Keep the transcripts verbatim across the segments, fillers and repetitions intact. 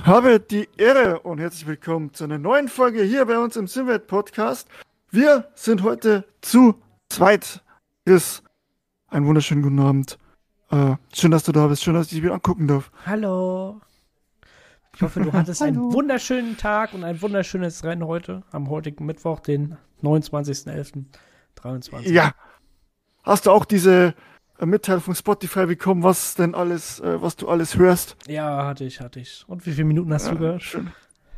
Habe die Ehre und herzlich willkommen zu einer neuen Folge hier bei uns im Simwelt Podcast. Wir sind heute zu zweit. Chris, einen wunderschönen guten Abend. Äh, schön, dass du da bist. Schön, dass ich dich wieder angucken darf. Hallo. Ich hoffe, du hattest einen Hallo. wunderschönen Tag und ein wunderschönes Rennen heute, am heutigen Mittwoch, den neunundzwanzigsten elften dreiundzwanzig. Ja. Hast du auch diese äh, Mitteilung von Spotify bekommen, was denn alles, äh, was du alles hörst? Ja, hatte ich, hatte ich. Und wie viele Minuten hast Ja, du gehört? schön.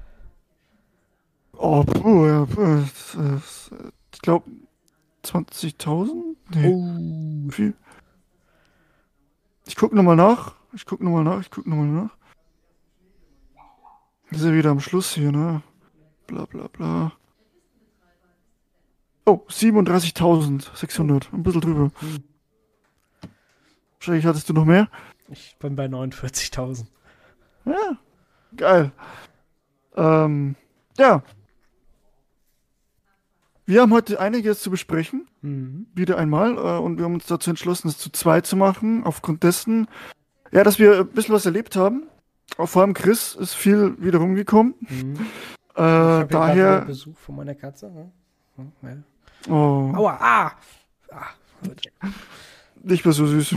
Oh, puh, ja, puh, das, das, ich glaube zwanzigtausend? Nee, Oh. viel. Ich guck nochmal nach. Ich guck nochmal nach. Ich guck nochmal nach. Wir sind wieder am Schluss hier, ne? Bla bla bla. Oh, siebenunddreißigtausendsechshundert. Ein bisschen drüber. Hm. Wahrscheinlich hattest du noch mehr. Ich bin bei neunundvierzigtausend. Ja, geil. Ähm, ja. Wir haben heute einiges zu besprechen. Mhm. Wieder einmal. Äh, und wir haben uns dazu entschlossen, es zu zweit zu machen. Aufgrund dessen, ja, dass wir ein bisschen was erlebt haben. Auch vor allem Chris ist viel wieder rumgekommen. Mhm. Äh, Ich habe hier gerade wieder daher. Besuch von meiner Katze. Ne? Hm, ja. Oh, Aua, ah! ah. nicht mehr so süß.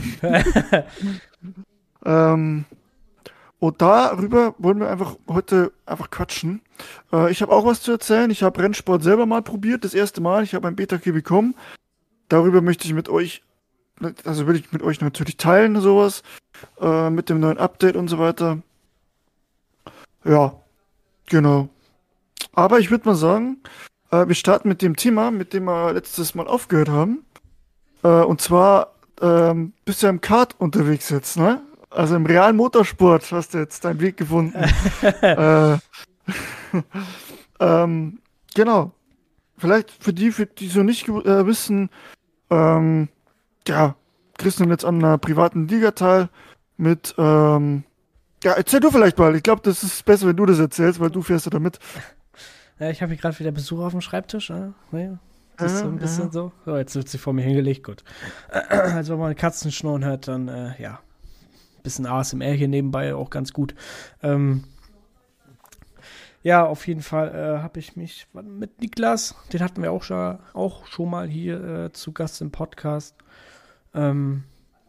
ähm, und darüber wollen wir einfach heute einfach quatschen. Äh, ich habe auch was zu erzählen. Ich habe Rennsport selber mal probiert, das erste Mal. Ich habe ein Beta-Key bekommen. Darüber möchte ich mit euch, also will ich mit euch natürlich teilen, sowas. Äh, mit dem neuen Update und so weiter. Ja, genau. Aber ich würde mal sagen, äh, wir starten mit dem Thema, mit dem wir letztes Mal aufgehört haben. Äh, und zwar ähm, bist du ja im Kart unterwegs jetzt, ne? Also im realen Motorsport hast du jetzt deinen Weg gefunden. äh, ähm, genau. Vielleicht für die, für die so nicht ge- äh, wissen, ähm, ja, Chris nimmt jetzt an einer privaten Liga teil mit, ähm, ja, erzähl du vielleicht mal. Ich glaube, das ist besser, wenn du das erzählst, weil du fährst ja damit. Ja, ich habe hier gerade wieder Besuch auf dem Schreibtisch. Ne? Ja, das ist so ein Ja, bisschen ja. so. So, jetzt wird sie vor mir hingelegt. Gut. Also, wenn man Katzen schnurren hört, dann, äh, ja. Bisschen A S M R hier nebenbei auch ganz gut. Ähm, ja, auf jeden Fall äh, habe ich mich mit Niklas, den hatten wir auch schon, auch schon mal hier äh, zu Gast im Podcast, ähm,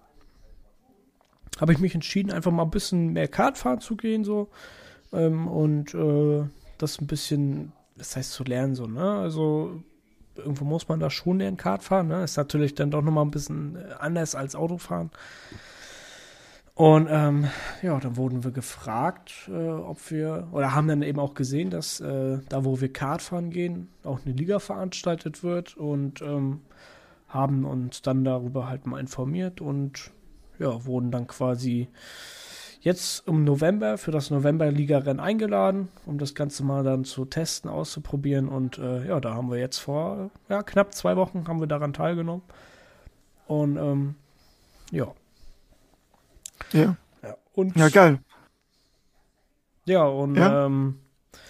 habe ich mich entschieden, einfach mal ein bisschen mehr Kartfahren zu gehen, so. Ähm, und äh, das ein bisschen, das heißt zu lernen, so, ne? Also, irgendwo muss man da schon lernen, Kart fahren, ne? Ist natürlich dann doch nochmal ein bisschen anders als Autofahren. Und ähm, ja, dann wurden wir gefragt, äh, ob wir, oder haben dann eben auch gesehen, dass äh, da, wo wir Kart fahren gehen, auch eine Liga veranstaltet wird und ähm, haben uns dann darüber halt mal informiert und ja, wurden dann quasi jetzt im November für das November-Liga-Rennen eingeladen, um das Ganze mal dann zu testen, auszuprobieren. Und äh, ja, da haben wir jetzt vor ja, knapp zwei Wochen haben wir daran teilgenommen. Und ähm, ja. Ja. Ja, und, Ja, geil. ja, und Ja. ähm,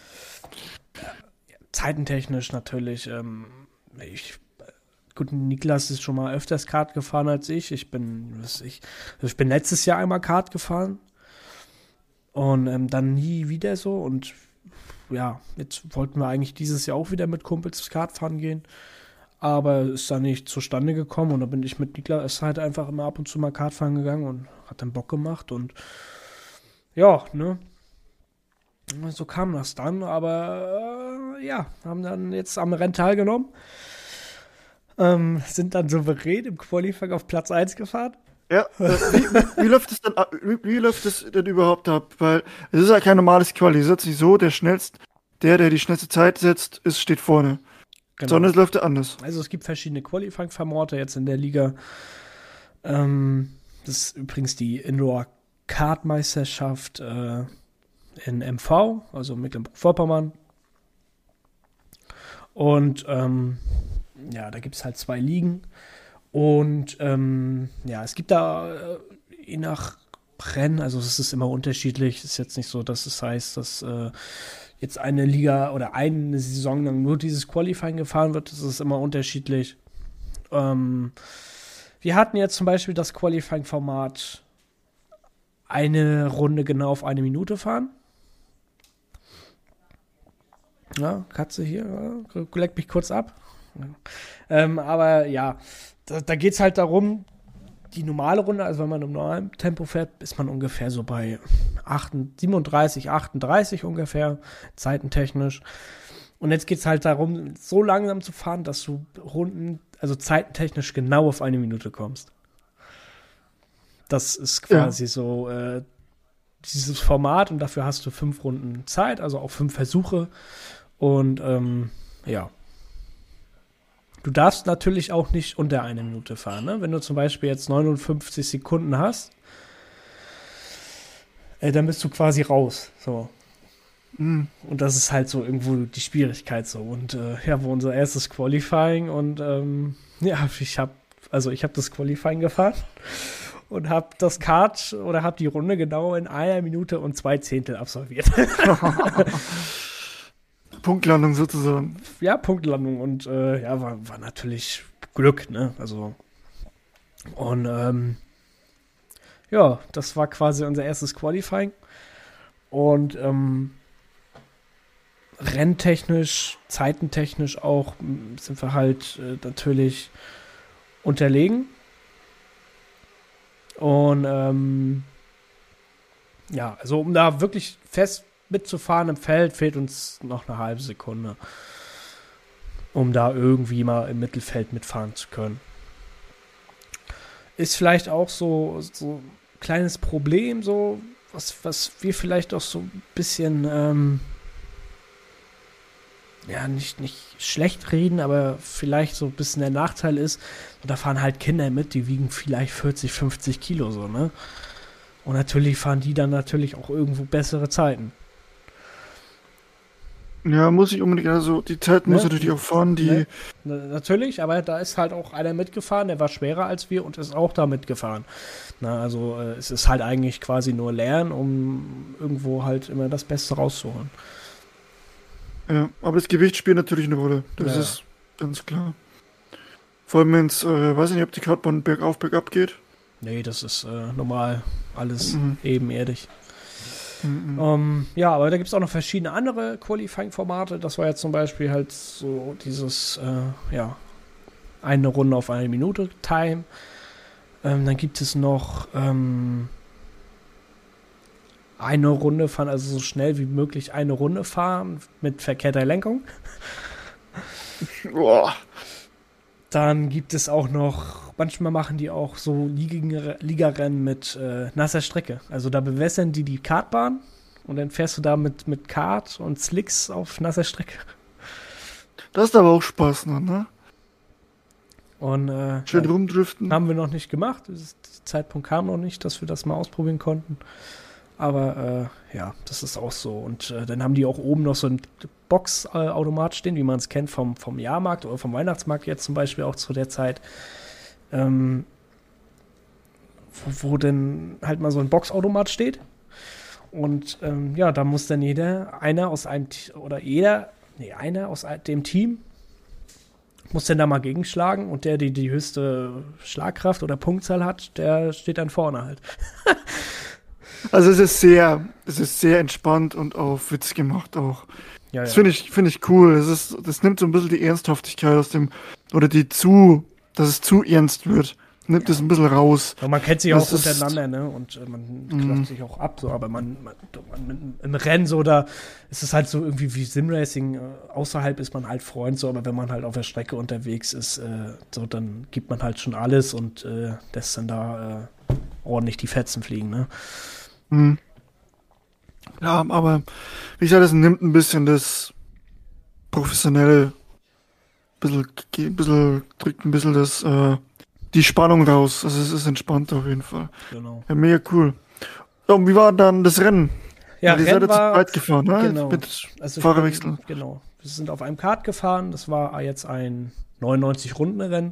zeitentechnisch natürlich, ähm, ich, gut, Niklas ist schon mal öfters Kart gefahren als ich. Ich bin, was ich, also ich bin letztes Jahr einmal Kart gefahren und ähm, dann nie wieder so. Und ja, jetzt wollten wir eigentlich dieses Jahr auch wieder mit Kumpels Kart fahren gehen. Aber ist da nicht zustande gekommen und da bin ich mit Niklas ist halt einfach immer ab und zu mal Kart fahren gegangen und hat dann Bock gemacht und ja, ne? So kam das dann, aber äh, ja, haben dann jetzt am Rennen teilgenommen. Ähm, sind dann souverän im Qualifying auf Platz eins gefahren. Ja, äh, wie, wie, wie läuft es denn ab, wie, wie läuft es denn überhaupt ab? Weil es ist ja kein normales Quali. Es ist jetzt nicht so, der schnellst, der, der die schnellste Zeit setzt, ist, steht vorne. Genau. Sondern es läuft ja anders. Also es gibt verschiedene Qualifying-Formate jetzt in der Liga. Ähm, das ist übrigens die Indoor-Kart-Meisterschaft äh, in M V, also Mecklenburg-Vorpommern. Und ähm, ja, da gibt es halt zwei Ligen. Und ähm, ja, es gibt da äh, je nach Rennen, also es ist immer unterschiedlich. Es ist jetzt nicht so, dass es heißt, dass äh, jetzt eine Liga oder eine Saison lang nur dieses Qualifying gefahren wird. Das ist immer unterschiedlich. Ähm, wir hatten jetzt zum Beispiel das Qualifying-Format eine Runde genau auf eine Minute fahren. Ja, Katze hier, ja, leck mich kurz ab. Ja. Ähm, aber ja, da, da geht es halt darum, die normale Runde, also wenn man im normalen Tempo fährt, ist man ungefähr so bei siebenunddreißig, achtunddreißig ungefähr, zeitentechnisch. Und jetzt geht es halt darum, so langsam zu fahren, dass du Runden, also zeitentechnisch genau auf eine Minute kommst. Das ist quasi ja. so äh, dieses Format und dafür hast du fünf Runden Zeit, also auch fünf Versuche. Und ähm, ja. Du darfst natürlich auch nicht unter eine Minute fahren, ne? Wenn du zum Beispiel jetzt neunundfünfzig Sekunden hast, äh, dann bist du quasi raus. So. Mm. Und das ist halt so irgendwo die Schwierigkeit so. Und äh, ja, wo unser erstes Qualifying und ähm, ja, ich habe also ich habe das Qualifying gefahren und habe das Kart oder habe die Runde genau in einer Minute und zwei Zehntel absolviert. Punktlandung sozusagen. Ja, Punktlandung und äh, ja, war, war natürlich Glück, ne? Also und ähm, ja, das war quasi unser erstes Qualifying und ähm, renntechnisch, zeitentechnisch auch sind wir halt äh, natürlich unterlegen und ähm, ja, also um da wirklich fest mitzufahren im Feld, fehlt uns noch eine halbe Sekunde, um da irgendwie mal im Mittelfeld mitfahren zu können. Ist vielleicht auch so so ein kleines Problem, so was, was wir vielleicht auch so ein bisschen ähm, ja, nicht, nicht schlecht reden, aber vielleicht so ein bisschen der Nachteil ist, und da fahren halt Kinder mit, die wiegen vielleicht vierzig, fünfzig Kilo so, ne? Und natürlich fahren die dann natürlich auch irgendwo bessere Zeiten. Ja, muss ich unbedingt, also die Zeit muss ne? natürlich auch fahren, die... Ne? Natürlich, aber da ist halt auch einer mitgefahren, der war schwerer als wir und ist auch da mitgefahren. Na, also äh, es ist halt eigentlich quasi nur Lernen, um irgendwo halt immer das Beste rauszuholen. Ja, aber das Gewicht spielt natürlich eine Rolle, das ja. ist ganz klar. Vor allem wenn es, äh, weiß ich nicht, ob die Kartbahn bergauf, bergab geht. Nee, das ist äh, normal, alles mhm. ebenerdig. Mhm. Um, ja, aber da gibt es auch noch verschiedene andere Qualifying-Formate. Das war jetzt zum Beispiel halt so dieses, äh, ja, eine Runde auf eine Minute Time. Ähm, dann gibt es noch ähm, eine Runde fahren, also so schnell wie möglich eine Runde fahren mit verkehrter Lenkung. Boah. Dann gibt es auch noch, manchmal machen die auch so Ligarennen mit äh, nasser Strecke. Also da bewässern die die Kartbahn und dann fährst du da mit, mit Kart und Slicks auf nasser Strecke. Das ist aber auch Spaß noch, ne? Und äh, schön ja, rumdriften. Haben wir noch nicht gemacht. Der Zeitpunkt kam noch nicht, dass wir das mal ausprobieren konnten. Aber äh, ja, das ist auch so. Und äh, dann haben die auch oben noch so ein Boxautomat stehen, wie man es kennt vom, vom Jahrmarkt oder vom Weihnachtsmarkt jetzt zum Beispiel auch zu der Zeit. Ähm, wo, wo dann halt mal so ein Boxautomat steht. Und ähm, ja, da muss dann jeder, einer aus einem, oder jeder, nee, einer aus dem Team muss dann da mal gegenschlagen und der, die die höchste Schlagkraft oder Punktzahl hat, der steht dann vorne halt. Also es ist sehr, es ist sehr entspannt und auf Witz gemacht auch. Ja, das ja. finde ich, finde ich cool. Das ist, das nimmt so ein bisschen die Ernsthaftigkeit aus dem, oder die zu, dass es zu ernst wird. Nimmt es ja. ein bisschen raus. Und man kennt sich das auch untereinander, ne? Und äh, man klappt sich auch ab, so, aber man, man, man im Rennen so, da ist es halt so irgendwie wie Simracing, äh, außerhalb ist man halt Freund, so, aber wenn man halt auf der Strecke unterwegs ist, äh, so, dann gibt man halt schon alles und äh, lässt dann da äh, ordentlich die Fetzen fliegen, ne? Mhm. Ja, aber wie gesagt, das nimmt ein bisschen das professionelle, bisschen, ein bisschen, drückt ein bisschen das, äh, die Spannung raus. Also es ist entspannt auf jeden Fall. Genau. Ja, mega cool. Ja, und wie war dann das Rennen? Ja, Ihr seid ja zu zweit gefahren, ne? Genau. Mit also Fahrerwechsel. Bin, genau. Wir sind auf einem Kart gefahren. Das war jetzt ein neunundneunzig-Runden-Rennen.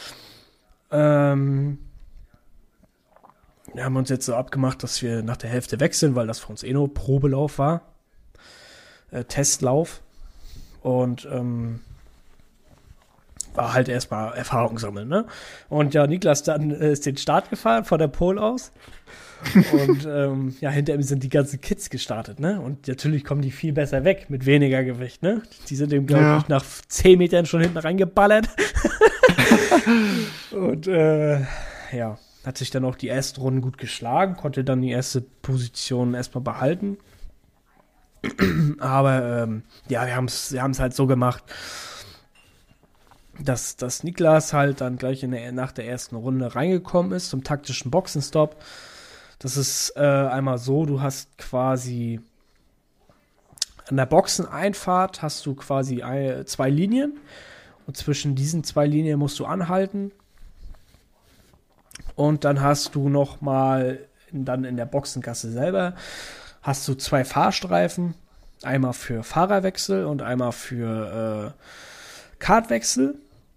Ähm, wir haben uns jetzt so abgemacht, dass wir nach der Hälfte wechseln, weil das für uns eh nur Probelauf war. Äh, Testlauf. Und ähm, war halt erstmal Erfahrung sammeln, ne? Und ja, Niklas dann äh, ist den Start gefahren von der Pole aus. Und ähm, ja, hinter ihm sind die ganzen Kids gestartet, ne? Und natürlich kommen die viel besser weg mit weniger Gewicht, ne? Die sind ihm, glaube ich, ja. nach zehn Metern schon hinten reingeballert. Und äh, ja, hat sich dann auch die ersten Runden gut geschlagen, konnte dann die erste Position erstmal behalten. Aber ähm, ja, wir haben es wir haben's halt so gemacht, dass, dass Niklas halt dann gleich in der, nach der ersten Runde reingekommen ist zum taktischen Boxenstopp. Das ist äh, einmal so, du hast quasi an der Boxeneinfahrt hast du quasi ein, zwei Linien und zwischen diesen zwei Linien musst du anhalten und dann hast du noch mal dann in der Boxengasse selber hast du zwei Fahrstreifen, einmal für Fahrerwechsel und einmal für äh, Kartwechsel.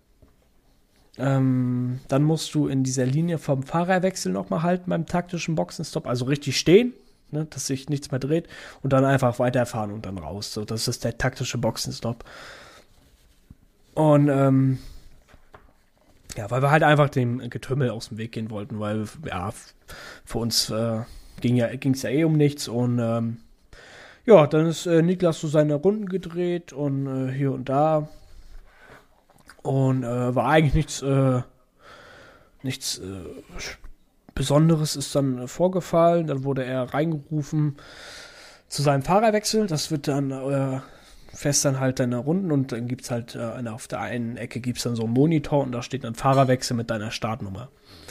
Ähm, dann musst du in dieser Linie vom Fahrerwechsel nochmal halten beim taktischen Boxenstopp, also richtig stehen, ne, dass sich nichts mehr dreht und dann einfach weiterfahren und dann raus. So, das ist der taktische Boxenstopp. Und ähm, ja, weil wir halt einfach dem Getümmel aus dem Weg gehen wollten, weil ja, für uns äh, ging ja, ging es ja eh um nichts und ähm, ja, dann ist äh, Niklas so seine Runden gedreht und äh, hier und da. Und äh, war eigentlich nichts, äh, nichts äh, Besonderes ist dann äh, vorgefallen. Dann wurde er reingerufen zu seinem Fahrerwechsel. Das wird dann äh, fest dann halt deine Runden und dann gibt's halt äh, auf der einen Ecke gibt's dann so einen Monitor und da steht dann Fahrerwechsel mit deiner Startnummer.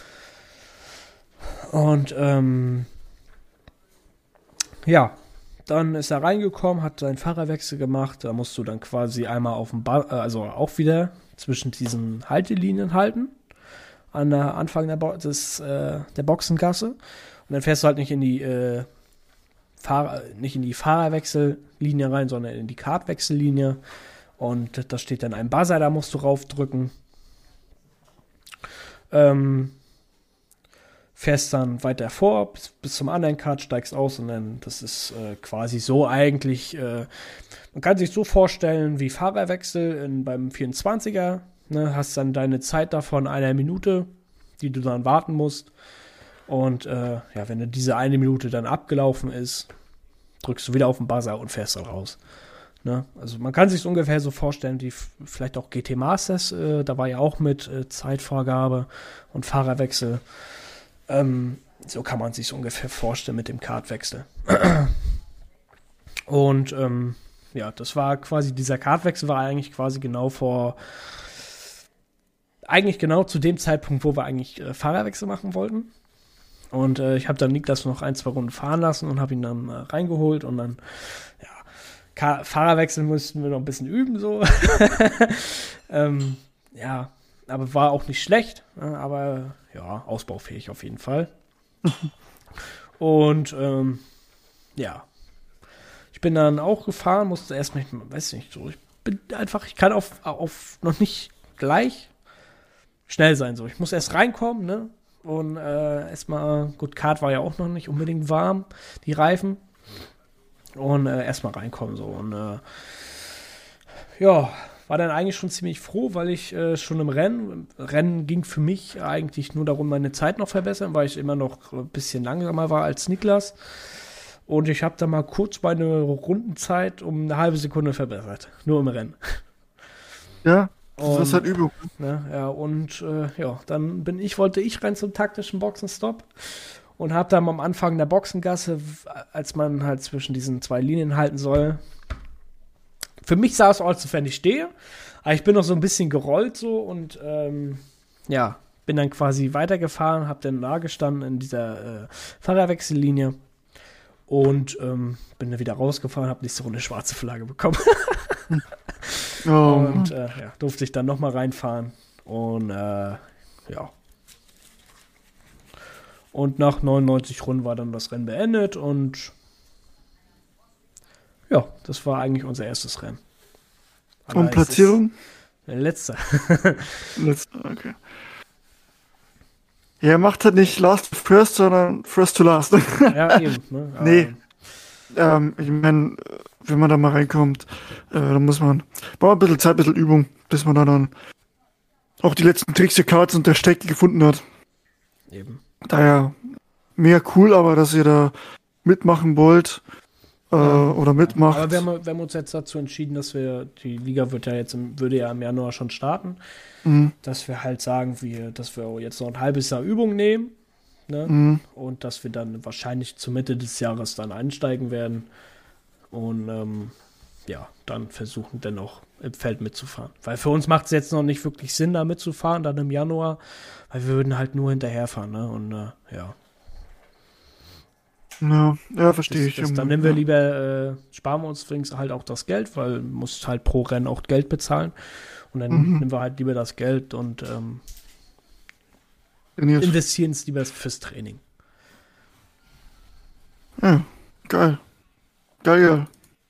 Und ähm, ja, dann ist er reingekommen, hat seinen Fahrerwechsel gemacht. Da musst du dann quasi einmal auf dem ba- also auch wieder zwischen diesen Haltelinien halten, an der Anfang der, Bo- des, äh, der Boxengasse. Und dann fährst du halt nicht in die äh, Fahrer, nicht in die Fahrerwechsellinie rein, sondern in die Kartwechsellinie. Und da steht dann ein Buzzer, da musst du raufdrücken. Ähm, fährst dann weiter vor, bis, bis zum anderen Kart, steigst aus und dann, das ist äh, quasi so eigentlich, äh, man kann sich so vorstellen wie Fahrerwechsel in, beim vierundzwanziger, ne, hast dann deine Zeit davon einer Minute, die du dann warten musst und äh, ja, wenn diese eine Minute dann abgelaufen ist, drückst du wieder auf den Buzzer und fährst dann raus. Ne? Also man kann sich ungefähr so vorstellen wie f- vielleicht auch G T Masters, äh, da war ja auch mit äh, Zeitvorgabe und Fahrerwechsel. Ähm, so kann man sich ungefähr vorstellen mit dem Kartwechsel. Und ähm, ja, das war quasi, dieser Kartwechsel war eigentlich quasi genau vor, eigentlich genau zu dem Zeitpunkt, wo wir eigentlich äh, Fahrerwechsel machen wollten. Und äh, ich habe dann Niklas noch ein, zwei Runden fahren lassen und habe ihn dann äh, reingeholt und dann, ja, Ka- Fahrerwechsel mussten wir noch ein bisschen üben, so. ähm, ja, aber war auch nicht schlecht, äh, aber ja, ausbaufähig auf jeden Fall. Und ähm, ja, ich bin dann auch gefahren, musste erst mal, weiß nicht, so, ich bin einfach, ich kann auf, auf noch nicht gleich schnell sein, so. Ich muss erst reinkommen, ne? Und äh, erstmal, gut, Kart war ja auch noch nicht unbedingt warm, die Reifen. Und äh, erstmal reinkommen, so. Und äh, ja, war dann eigentlich schon ziemlich froh, weil ich äh, schon im Rennen, Rennen ging für mich eigentlich nur darum, meine Zeit noch verbessern, weil ich immer noch ein bisschen langsamer war als Niklas. Und ich habe da mal kurz meine Rundenzeit um eine halbe Sekunde verbessert. Nur im Rennen. Ja, das Und, ist halt Übung. Ne, ja, und äh, ja, dann bin ich, wollte ich rein zum taktischen Boxenstopp und habe dann am Anfang der Boxengasse, als man halt zwischen diesen zwei Linien halten soll, für mich sah es aus, als wenn ich stehe, aber ich bin noch so ein bisschen gerollt so und ähm, ja, bin dann quasi weitergefahren, habe dann da gestanden in dieser äh, Fahrerwechsellinie und ähm, bin dann wieder rausgefahren, habe nächste Runde schwarze Flagge bekommen. Oh. Und äh, ja, durfte ich dann nochmal reinfahren und äh, ja. Und nach neunundneunzig Runden war dann das Rennen beendet und ja, das war eigentlich unser erstes Rennen. Aber Und Platzierung? Letzter. Letzter, okay. Ja, er macht halt nicht last to first, sondern first to last. Ja, eben. Ne? Nee. Ähm, ich meine, wenn man da mal reinkommt, äh, dann muss man, braucht ein bisschen Zeit, ein bisschen Übung, bis man da dann auch die letzten Trickster-Cards und der Strecke gefunden hat. Eben. Daher mehr cool, aber dass ihr da mitmachen wollt äh, Ja. oder mitmacht. Aber wir haben, wir haben uns jetzt dazu entschieden, dass wir, die Liga wird ja jetzt im, würde ja im Januar schon starten, Mhm. dass wir halt sagen, wir, dass wir jetzt noch ein halbes Jahr Übung nehmen, ne? Mhm. Und dass wir dann wahrscheinlich zur Mitte des Jahres dann einsteigen werden und ähm, ja, dann versuchen dennoch im Feld mitzufahren. Weil für uns macht es jetzt noch nicht wirklich Sinn, da mitzufahren, dann im Januar, weil wir würden halt nur hinterherfahren, ne? Und äh, ja. Ja, ja, verstehe ich. Das, das, Ähm, dann nehmen wir ja. lieber, äh, sparen wir uns übrigens halt auch das Geld, weil du musst halt pro Rennen auch Geld bezahlen. Und dann Mhm. nehmen wir halt lieber das Geld und ähm, Trainiert. investieren es lieber fürs Training. Ja, geil. Geil, geil.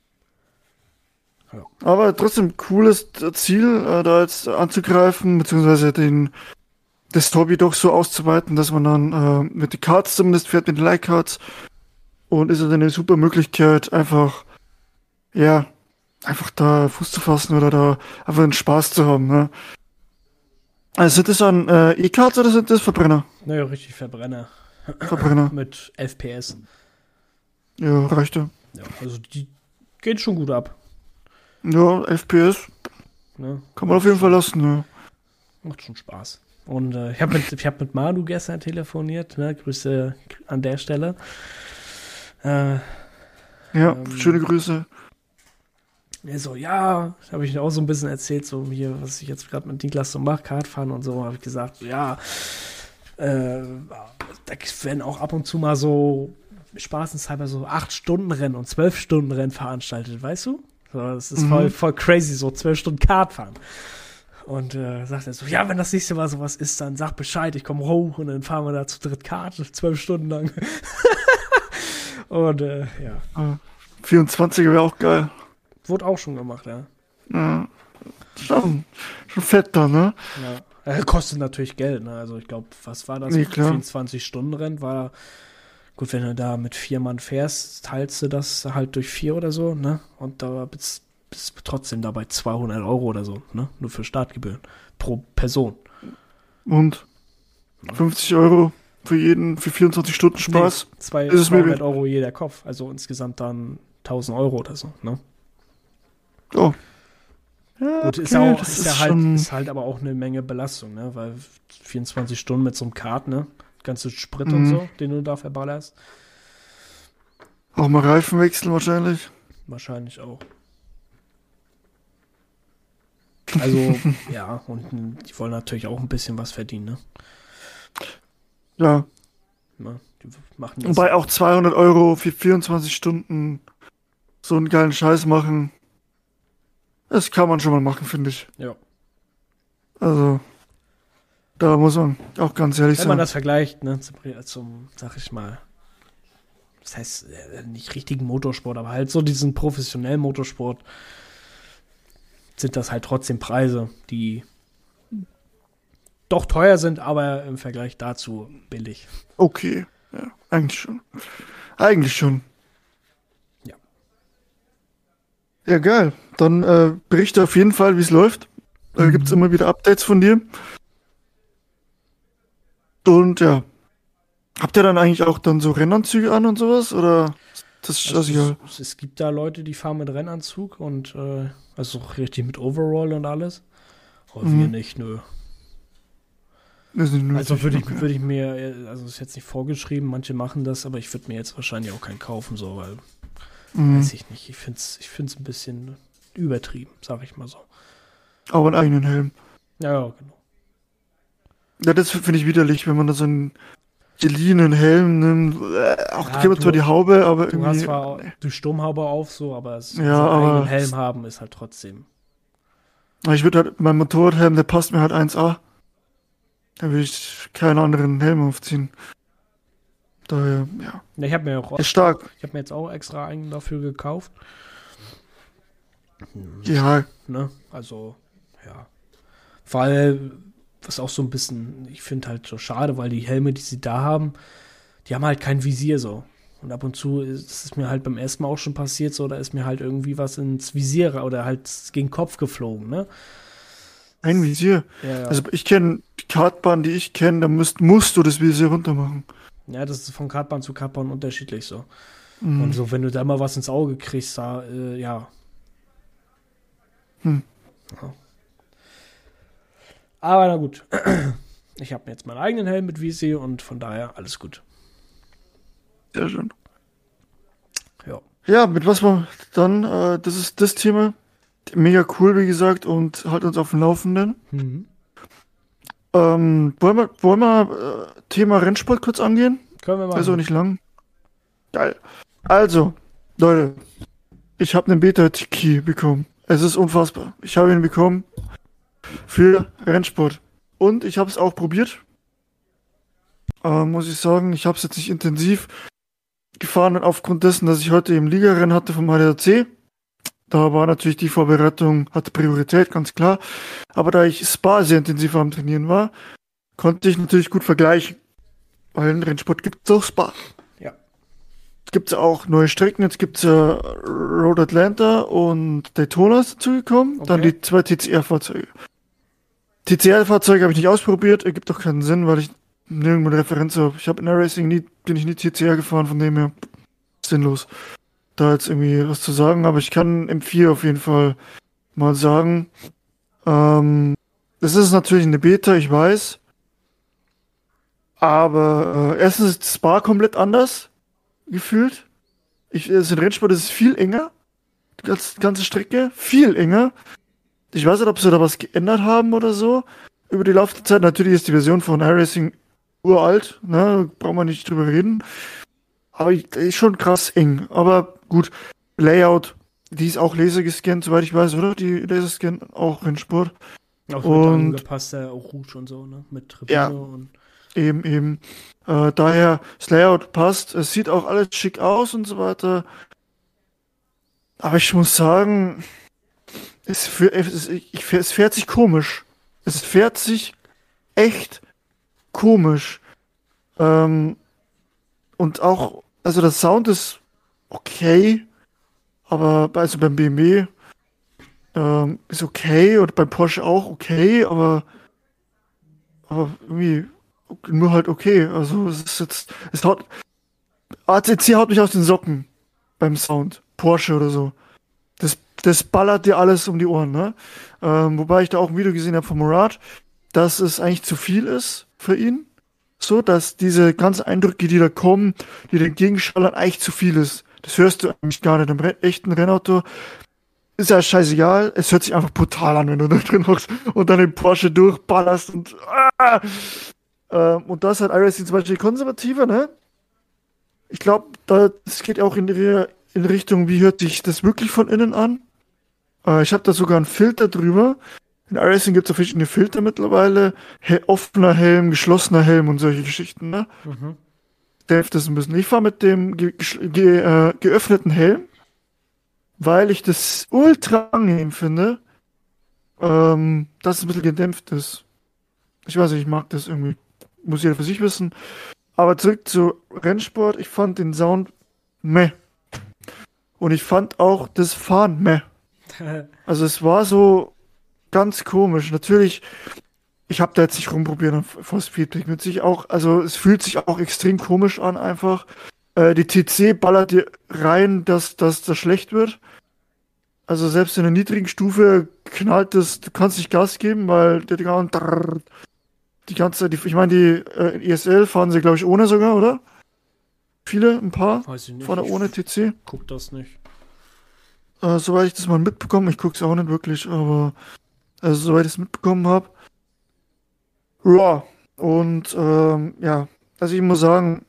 Ja. Aber trotzdem cooles Ziel, äh, da jetzt anzugreifen, beziehungsweise den, das Hobby doch so auszuweiten, dass man dann äh, mit den Cards zumindest fährt, mit den Leihcards. Und ist es eine super Möglichkeit, einfach, ja, einfach da Fuß zu fassen oder da einfach einen Spaß zu haben, ne? Also sind das dann äh, E-Cards oder sind das Verbrenner? Naja, richtig Verbrenner. Verbrenner. Mit F P S. Ja, reicht ja. Ja, also die gehen schon gut ab. Ja, F P S Ne? kann man auf jeden Fall lassen, ja. Macht schon Spaß. Und äh, ich habe mit, ich hab mit Manu gestern telefoniert, ne? Grüße an der Stelle. Äh, Ja, Ähm, schöne Grüße. er so, ja, habe ich auch so ein bisschen erzählt, so hier, was ich jetzt gerade mit Niklas so mache, Kartfahren und so, habe ich gesagt, ja, äh, da werden auch ab und zu mal so spaßenshalber so acht Stunden Rennen und zwölf Stunden Rennen veranstaltet, weißt du? So, das ist Mhm. voll, voll crazy, so zwölf Stunden Kartfahren. Und äh, sagt er so, ja, wenn das nächste Mal sowas ist, dann sag Bescheid, ich komme hoch und dann fahren wir da zu dritt Kart, zwölf Stunden lang. Und äh, ja, Ja. vierundzwanziger wäre auch geil. wurde auch schon gemacht, ja. Ja. Schon, schon fett da, ne? Ja. Äh, kostet natürlich Geld, ne? Also ich glaube, was war das? Nee, klar. vierundzwanzig Stunden Rennen war, gut, wenn du da mit vier Mann fährst, teilst du das halt durch vier oder so, ne? Und da bist bist du trotzdem dabei zweihundert Euro oder so, ne? Nur für Startgebühren pro Person. Und fünfzig Euro für jeden, für vierundzwanzig Stunden Spaß. Nee, zwei, Ist es mir zweihundert wert. Euro jeder Kopf, also insgesamt dann tausend Euro oder so, ne? Oh. Ja, Gut, ist, okay, auch, das ist, ja halt, schon- ist halt aber auch eine Menge Belastung, ne? Weil vierundzwanzig Stunden mit so einem Kart, ne? Ganze Sprit Mhm. und so, den du da verballerst. Auch mal Reifen wechseln wahrscheinlich. Wahrscheinlich auch. Also, ja, und mh, die wollen natürlich auch ein bisschen was verdienen, ne? Ja. Ja, die machen das. Wobei auch zweihundert Euro für vierundzwanzig Stunden so einen geilen Scheiß machen. Das kann man schon mal machen, finde ich. Ja. Also, da muss man auch ganz ehrlich Wenn man sein. das vergleicht, ne, zum, zum, sag ich mal, das heißt, äh, nicht richtigen Motorsport, aber halt so diesen professionellen Motorsport, sind das halt trotzdem Preise, die doch teuer sind, aber im Vergleich dazu billig. Okay, ja, eigentlich schon. Eigentlich schon. Ja. Ja, geil. Dann äh, berichte auf jeden Fall, wie es läuft. Da Mhm. gibt's immer wieder Updates von dir. Und ja. Habt ihr dann eigentlich auch dann so Rennanzüge an und sowas? Oder das ist also, ja. es, es gibt da Leute, die fahren mit Rennanzug und äh, also auch richtig mit Overall und alles. Aber Mhm. wir nicht, nö. Das ist nicht nötig. Also würde ich, Okay. würde ich mir, äh, also ist jetzt nicht vorgeschrieben, manche machen das, aber ich würde mir jetzt wahrscheinlich auch keinen kaufen, so, weil, Mhm. weiß ich nicht, ich finde es ich find's ein bisschen übertrieben, sag ich mal so. Auch einen eigenen Helm. Ja, ja, genau. Ja, das finde ich widerlich, wenn man da so einen geliehenen Helm nimmt. Äh, auch Ja, da gibt du- zwar die Haube, aber Du hast irgendwie. zwar die Sturmhaube auf, so, aber es, Ja, so einen aber- eigenen Helm haben ist halt trotzdem. Aber ich würde halt, mein Motorradhelm, der passt mir halt eins A. Da will ich keinen anderen Helm aufziehen. Daher, ja. Ja, ich habe mir auch, Ist stark. ich habe mir jetzt auch extra einen dafür gekauft. Ja, Ne? Also, ja. Weil, was auch so ein bisschen, ich finde halt so schade, weil die Helme, die sie da haben, die haben halt kein Visier so. Und ab und zu ist das ist mir halt beim ersten Mal auch schon passiert, so, da ist mir halt irgendwie was ins Visier ra- oder halt gegen den Kopf geflogen, ne? Ein Visier. Ja, ja. Also ich kenne die Kartbahn, die ich kenne, da musst, musst du das Visier runter machen. Ja, das ist von Kartbahn zu Kartbahn unterschiedlich so. Und Mhm. so, wenn du da mal was ins Auge kriegst, da, äh, ja. Hm. Ja. Aber na gut. Ich habe mir jetzt meinen eigenen Helm mit Visier und von daher alles gut. Sehr schön. Ja. Ja, mit was wir dann, äh, das ist das Thema. Mega cool, wie gesagt, und halt uns auf dem Laufenden. Mhm. Ähm, wollen wir, wollen wir äh, Thema Rennsport kurz angehen? Können wir Also machen. nicht lang. Geil. Also, Leute, ich habe einen Beta-Key bekommen. Es ist unfassbar. Ich habe ihn bekommen für Rennsport. Und ich habe es auch probiert. Äh, muss ich sagen, ich habe es jetzt nicht intensiv gefahren, aufgrund dessen, dass ich heute eben Ligarennen hatte vom H D R C. Da war natürlich die Vorbereitung, hatte Priorität, ganz klar. Aber da ich Spa sehr intensiv am Trainieren war, konnte ich natürlich gut vergleichen. Weil in Rennsport gibt es auch Spa. Ja. Es gibt auch neue Strecken. Jetzt gibt es ja Road Atlanta und Daytona ist dazugekommen. Okay. Dann die zwei T C R-Fahrzeuge. T C R-Fahrzeuge habe ich nicht ausprobiert. Ergibt auch keinen Sinn, weil ich nirgendwo eine Referenz habe. Ich habe in der Racing nie, bin ich nie T C R gefahren, von dem her sinnlos, da jetzt irgendwie was zu sagen. Aber ich kann M vier auf jeden Fall mal sagen. Ähm, das ist natürlich eine Beta, ich weiß. Aber äh, erstens ist Spa komplett anders gefühlt. Ich, es in Rennsport ist es viel enger. Die ganze, ganze Strecke viel enger. Ich weiß nicht, ob sie da was geändert haben oder so über die Laufe der Zeit. Natürlich ist die Version von iRacing uralt, ne, braucht man nicht drüber reden. Aber ich, ist schon krass eng. Aber gut, Layout, die ist auch lasergescannt, soweit ich weiß, oder? Die Laserscan auch Rennsport. Auch Und- mit angepasster Rouge und so, ne? Mit Tribüne Ja. und. Eben, eben. Äh, daher, das Layout passt. Es sieht auch alles schick aus und so weiter. Aber ich muss sagen, es, fäh- es, ich, es fährt sich komisch. Es fährt sich echt komisch. Ähm, und auch, also der Sound ist okay, aber bei- also beim B M W ähm, ist okay und beim Porsche auch okay, aber, aber irgendwie nur halt okay. Also es ist jetzt, es haut, A C C haut mich aus den Socken beim Sound. Porsche oder so. Das, das ballert dir alles um die Ohren, ne? Ähm, wobei ich da auch ein Video gesehen habe von Murat, dass es eigentlich zu viel ist für ihn. So, dass diese ganzen Eindrücke, die da kommen, die dagegen schallern, eigentlich zu viel ist. Das hörst du eigentlich gar nicht im Re echten Rennauto. Ist ja scheißegal. Es hört sich einfach brutal an, wenn du da drin hockst und dann den Porsche durchballerst und ah! ähm, und das hat iRacing zum Beispiel konservativer, ne? Ich glaube, da das geht auch in, die, in Richtung, wie hört sich das wirklich von innen an? Äh, ich habe da sogar einen Filter drüber. In iRacing gibt es verschiedene Filter mittlerweile. He offener Helm, geschlossener Helm und solche Geschichten, ne? Mhm. Dämpft das ein bisschen. Ich fahre mit dem ge ge äh, geöffneten Helm, weil ich das ultra angenehm finde, ähm, dass es ein bisschen gedämpft ist. Ich weiß nicht, ich mag das irgendwie. Muss jeder für sich wissen. Aber zurück zu Rennsport. Ich fand den Sound meh. Und ich fand auch das Fahren meh. Also es war so ganz komisch. Natürlich, ich habe da jetzt nicht rumprobiert an Force Feedback mit sich auch. Also es fühlt sich auch extrem komisch an einfach. Äh, die T C ballert dir rein, dass, dass das schlecht wird. Also selbst in der niedrigen Stufe knallt das, du kannst nicht Gas geben, weil der die ganze, die ganze die, ich meine, die äh, in E S L fahren sie, glaube ich, ohne sogar, oder? Viele, ein paar, Weiß ich nicht. fahren da ich ohne T C. Guck das nicht. Äh, soweit ich das mal mitbekommen, ich gucke es auch nicht wirklich, aber also soweit ich es mitbekommen habe. Ja, und ähm, ja, also ich muss sagen,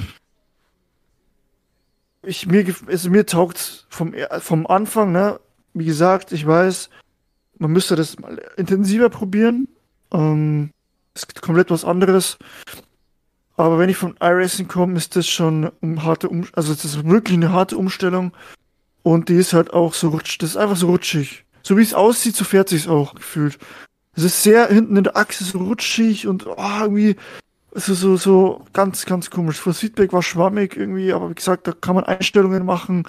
ich, mir, gef- also mir taugt vom, er- vom Anfang, ne, wie gesagt, ich weiß, man müsste das mal intensiver probieren. Ähm, es ist komplett was anderes. Aber wenn ich von iRacing komme, ist das schon um harte um also es ist wirklich eine harte Umstellung. Und die ist halt auch so rutschig. Das ist einfach so rutschig. So wie es aussieht, so fährt sich's auch gefühlt. Es ist sehr hinten in der Achse so rutschig und oh, irgendwie so, so, so ganz, ganz komisch. Das Feedback war schwammig irgendwie, aber wie gesagt, da kann man Einstellungen machen.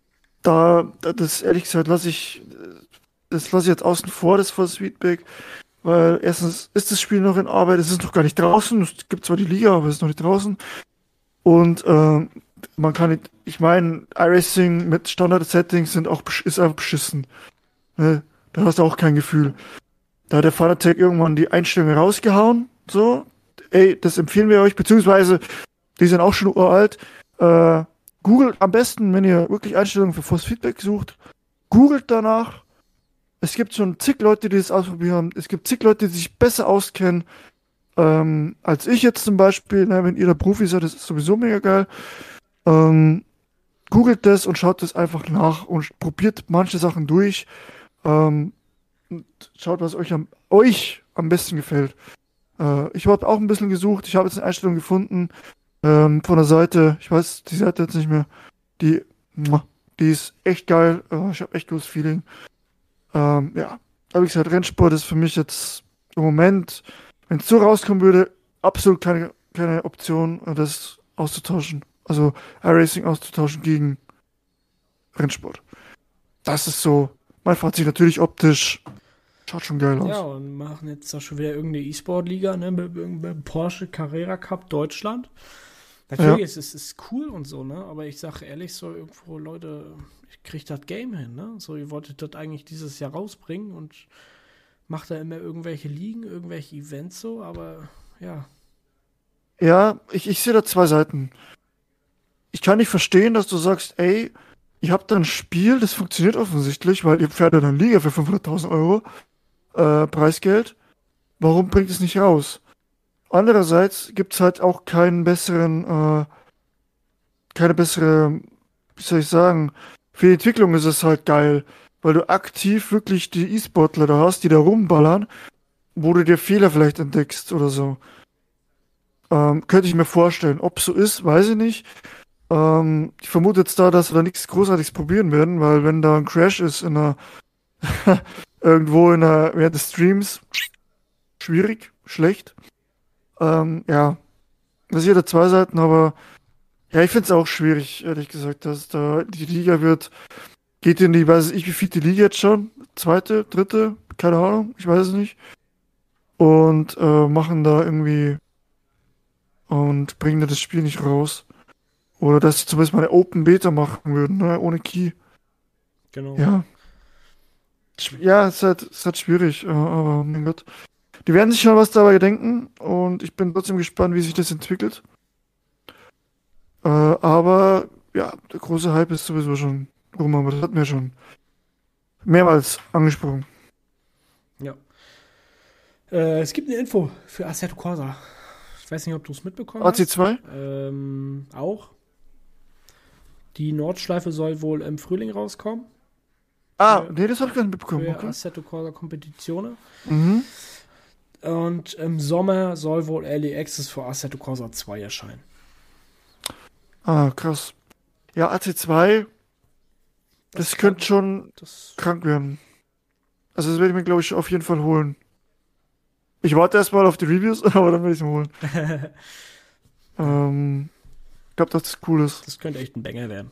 Da, da das ehrlich gesagt lasse ich, das lasse ich jetzt außen vor, das Force Feedback. weil erstens ist das Spiel noch in Arbeit, es ist noch gar nicht draußen, es gibt zwar die Liga, aber es ist noch nicht draußen. Und ähm, man kann nicht, ich meine, iRacing mit Standard-Settings sind auch, besch- ist einfach beschissen. Ne? Da hast du auch kein Gefühl. Da hat der Fanatec irgendwann die Einstellungen rausgehauen, so, ey, das empfehlen wir euch, beziehungsweise, die sind auch schon uralt. Äh, googelt am besten, wenn ihr wirklich Einstellungen für Force Feedback sucht, googelt danach. Es gibt schon zig Leute, die das ausprobieren. Es gibt zig Leute, die sich besser auskennen ähm, als ich jetzt zum Beispiel. Ne, wenn ihr da Profi seid, das ist sowieso mega geil. Ähm, googelt das und schaut das einfach nach und probiert manche Sachen durch. Ähm, und schaut, was euch am, euch am besten gefällt. Äh, ich habe auch ein bisschen gesucht. Ich habe jetzt eine Einstellung gefunden ähm, von der Seite. Ich weiß die Seite jetzt nicht mehr. Die, die ist echt geil. Äh, ich habe echt gutes Feeling. Ähm, ja, aber wie gesagt, Rennsport ist für mich jetzt im Moment, wenn es so rauskommen würde, absolut keine, keine Option, äh, das auszutauschen. Also iRacing auszutauschen gegen Rennsport. Das ist so mein Fazit. Natürlich optisch. Schaut schon geil Ja, aus. und machen jetzt da schon wieder irgendeine E-Sport-Liga, ne, mit, mit, mit Porsche Carrera Cup Deutschland. Ja, Natürlich, es ist, es ist cool und so, ne, aber ich sage ehrlich, so irgendwo, Leute, ich krieg das Game hin, ne, so, ihr wolltet das eigentlich dieses Jahr rausbringen und macht da immer irgendwelche Ligen, irgendwelche Events so, aber ja, ja, ich, ich sehe da zwei Seiten. Ich kann nicht verstehen, dass du sagst, ey, ihr habt da ein Spiel, das funktioniert offensichtlich, weil ihr fährt in eine Liga für fünfhunderttausend Euro äh, Preisgeld. Warum bringt es nicht raus? Andererseits gibt's halt auch keinen besseren, äh, keine bessere, wie soll ich sagen, für die Entwicklung ist es halt geil, weil du aktiv wirklich die E-Sportler da hast, die da rumballern, wo du dir Fehler vielleicht entdeckst oder so. Ähm, könnte ich mir vorstellen. Ob so ist, weiß ich nicht. Ähm, ich vermute jetzt da, dass wir da nichts Großartiges probieren werden, weil wenn da ein Crash ist in einer, irgendwo in der, während des Streams, schwierig, schlecht. Ähm, ja, das sind ja zwei Seiten, aber ja, ich finde es auch schwierig, ehrlich gesagt, dass da die Liga wird, geht in die, weiß ich, wie viel die Liga jetzt schon? Zweite, dritte? Keine Ahnung, ich weiß es nicht. Und äh, machen da irgendwie und bringen da das Spiel nicht raus. Oder dass sie zumindest mal eine Open Beta machen würden, ne? Ohne Key. genau. Ja. Sch- Ja, es ist halt, es ist halt schwierig, äh, aber mein Gott. Die werden sich schon was dabei denken und ich bin trotzdem gespannt, wie sich das entwickelt. Äh, aber ja, der große Hype ist sowieso schon rum, aber das hatten wir schon mehrmals angesprochen. Ja. Äh, es gibt eine Info für Assetto Corsa. Ich weiß nicht, ob du es mitbekommen hast. A C zwei? Ähm, auch. Die Nordschleife soll wohl im Frühling rauskommen. Ah, Für, nee, das habe ich gar nicht mitbekommen. für Okay. Assetto Corsa Competizione. Mhm. Und im Sommer soll wohl Early Access für Assetto Corsa zwei erscheinen. Ah, krass. Ja, A C zwei, das, Das könnte kann, schon das, krank werden. Also das werde ich mir, glaube ich, auf jeden Fall holen. Ich warte erstmal auf die Reviews, aber dann werde ich es mir holen. Ähm, ich glaube, dass das cool ist. das könnte echt ein Banger werden.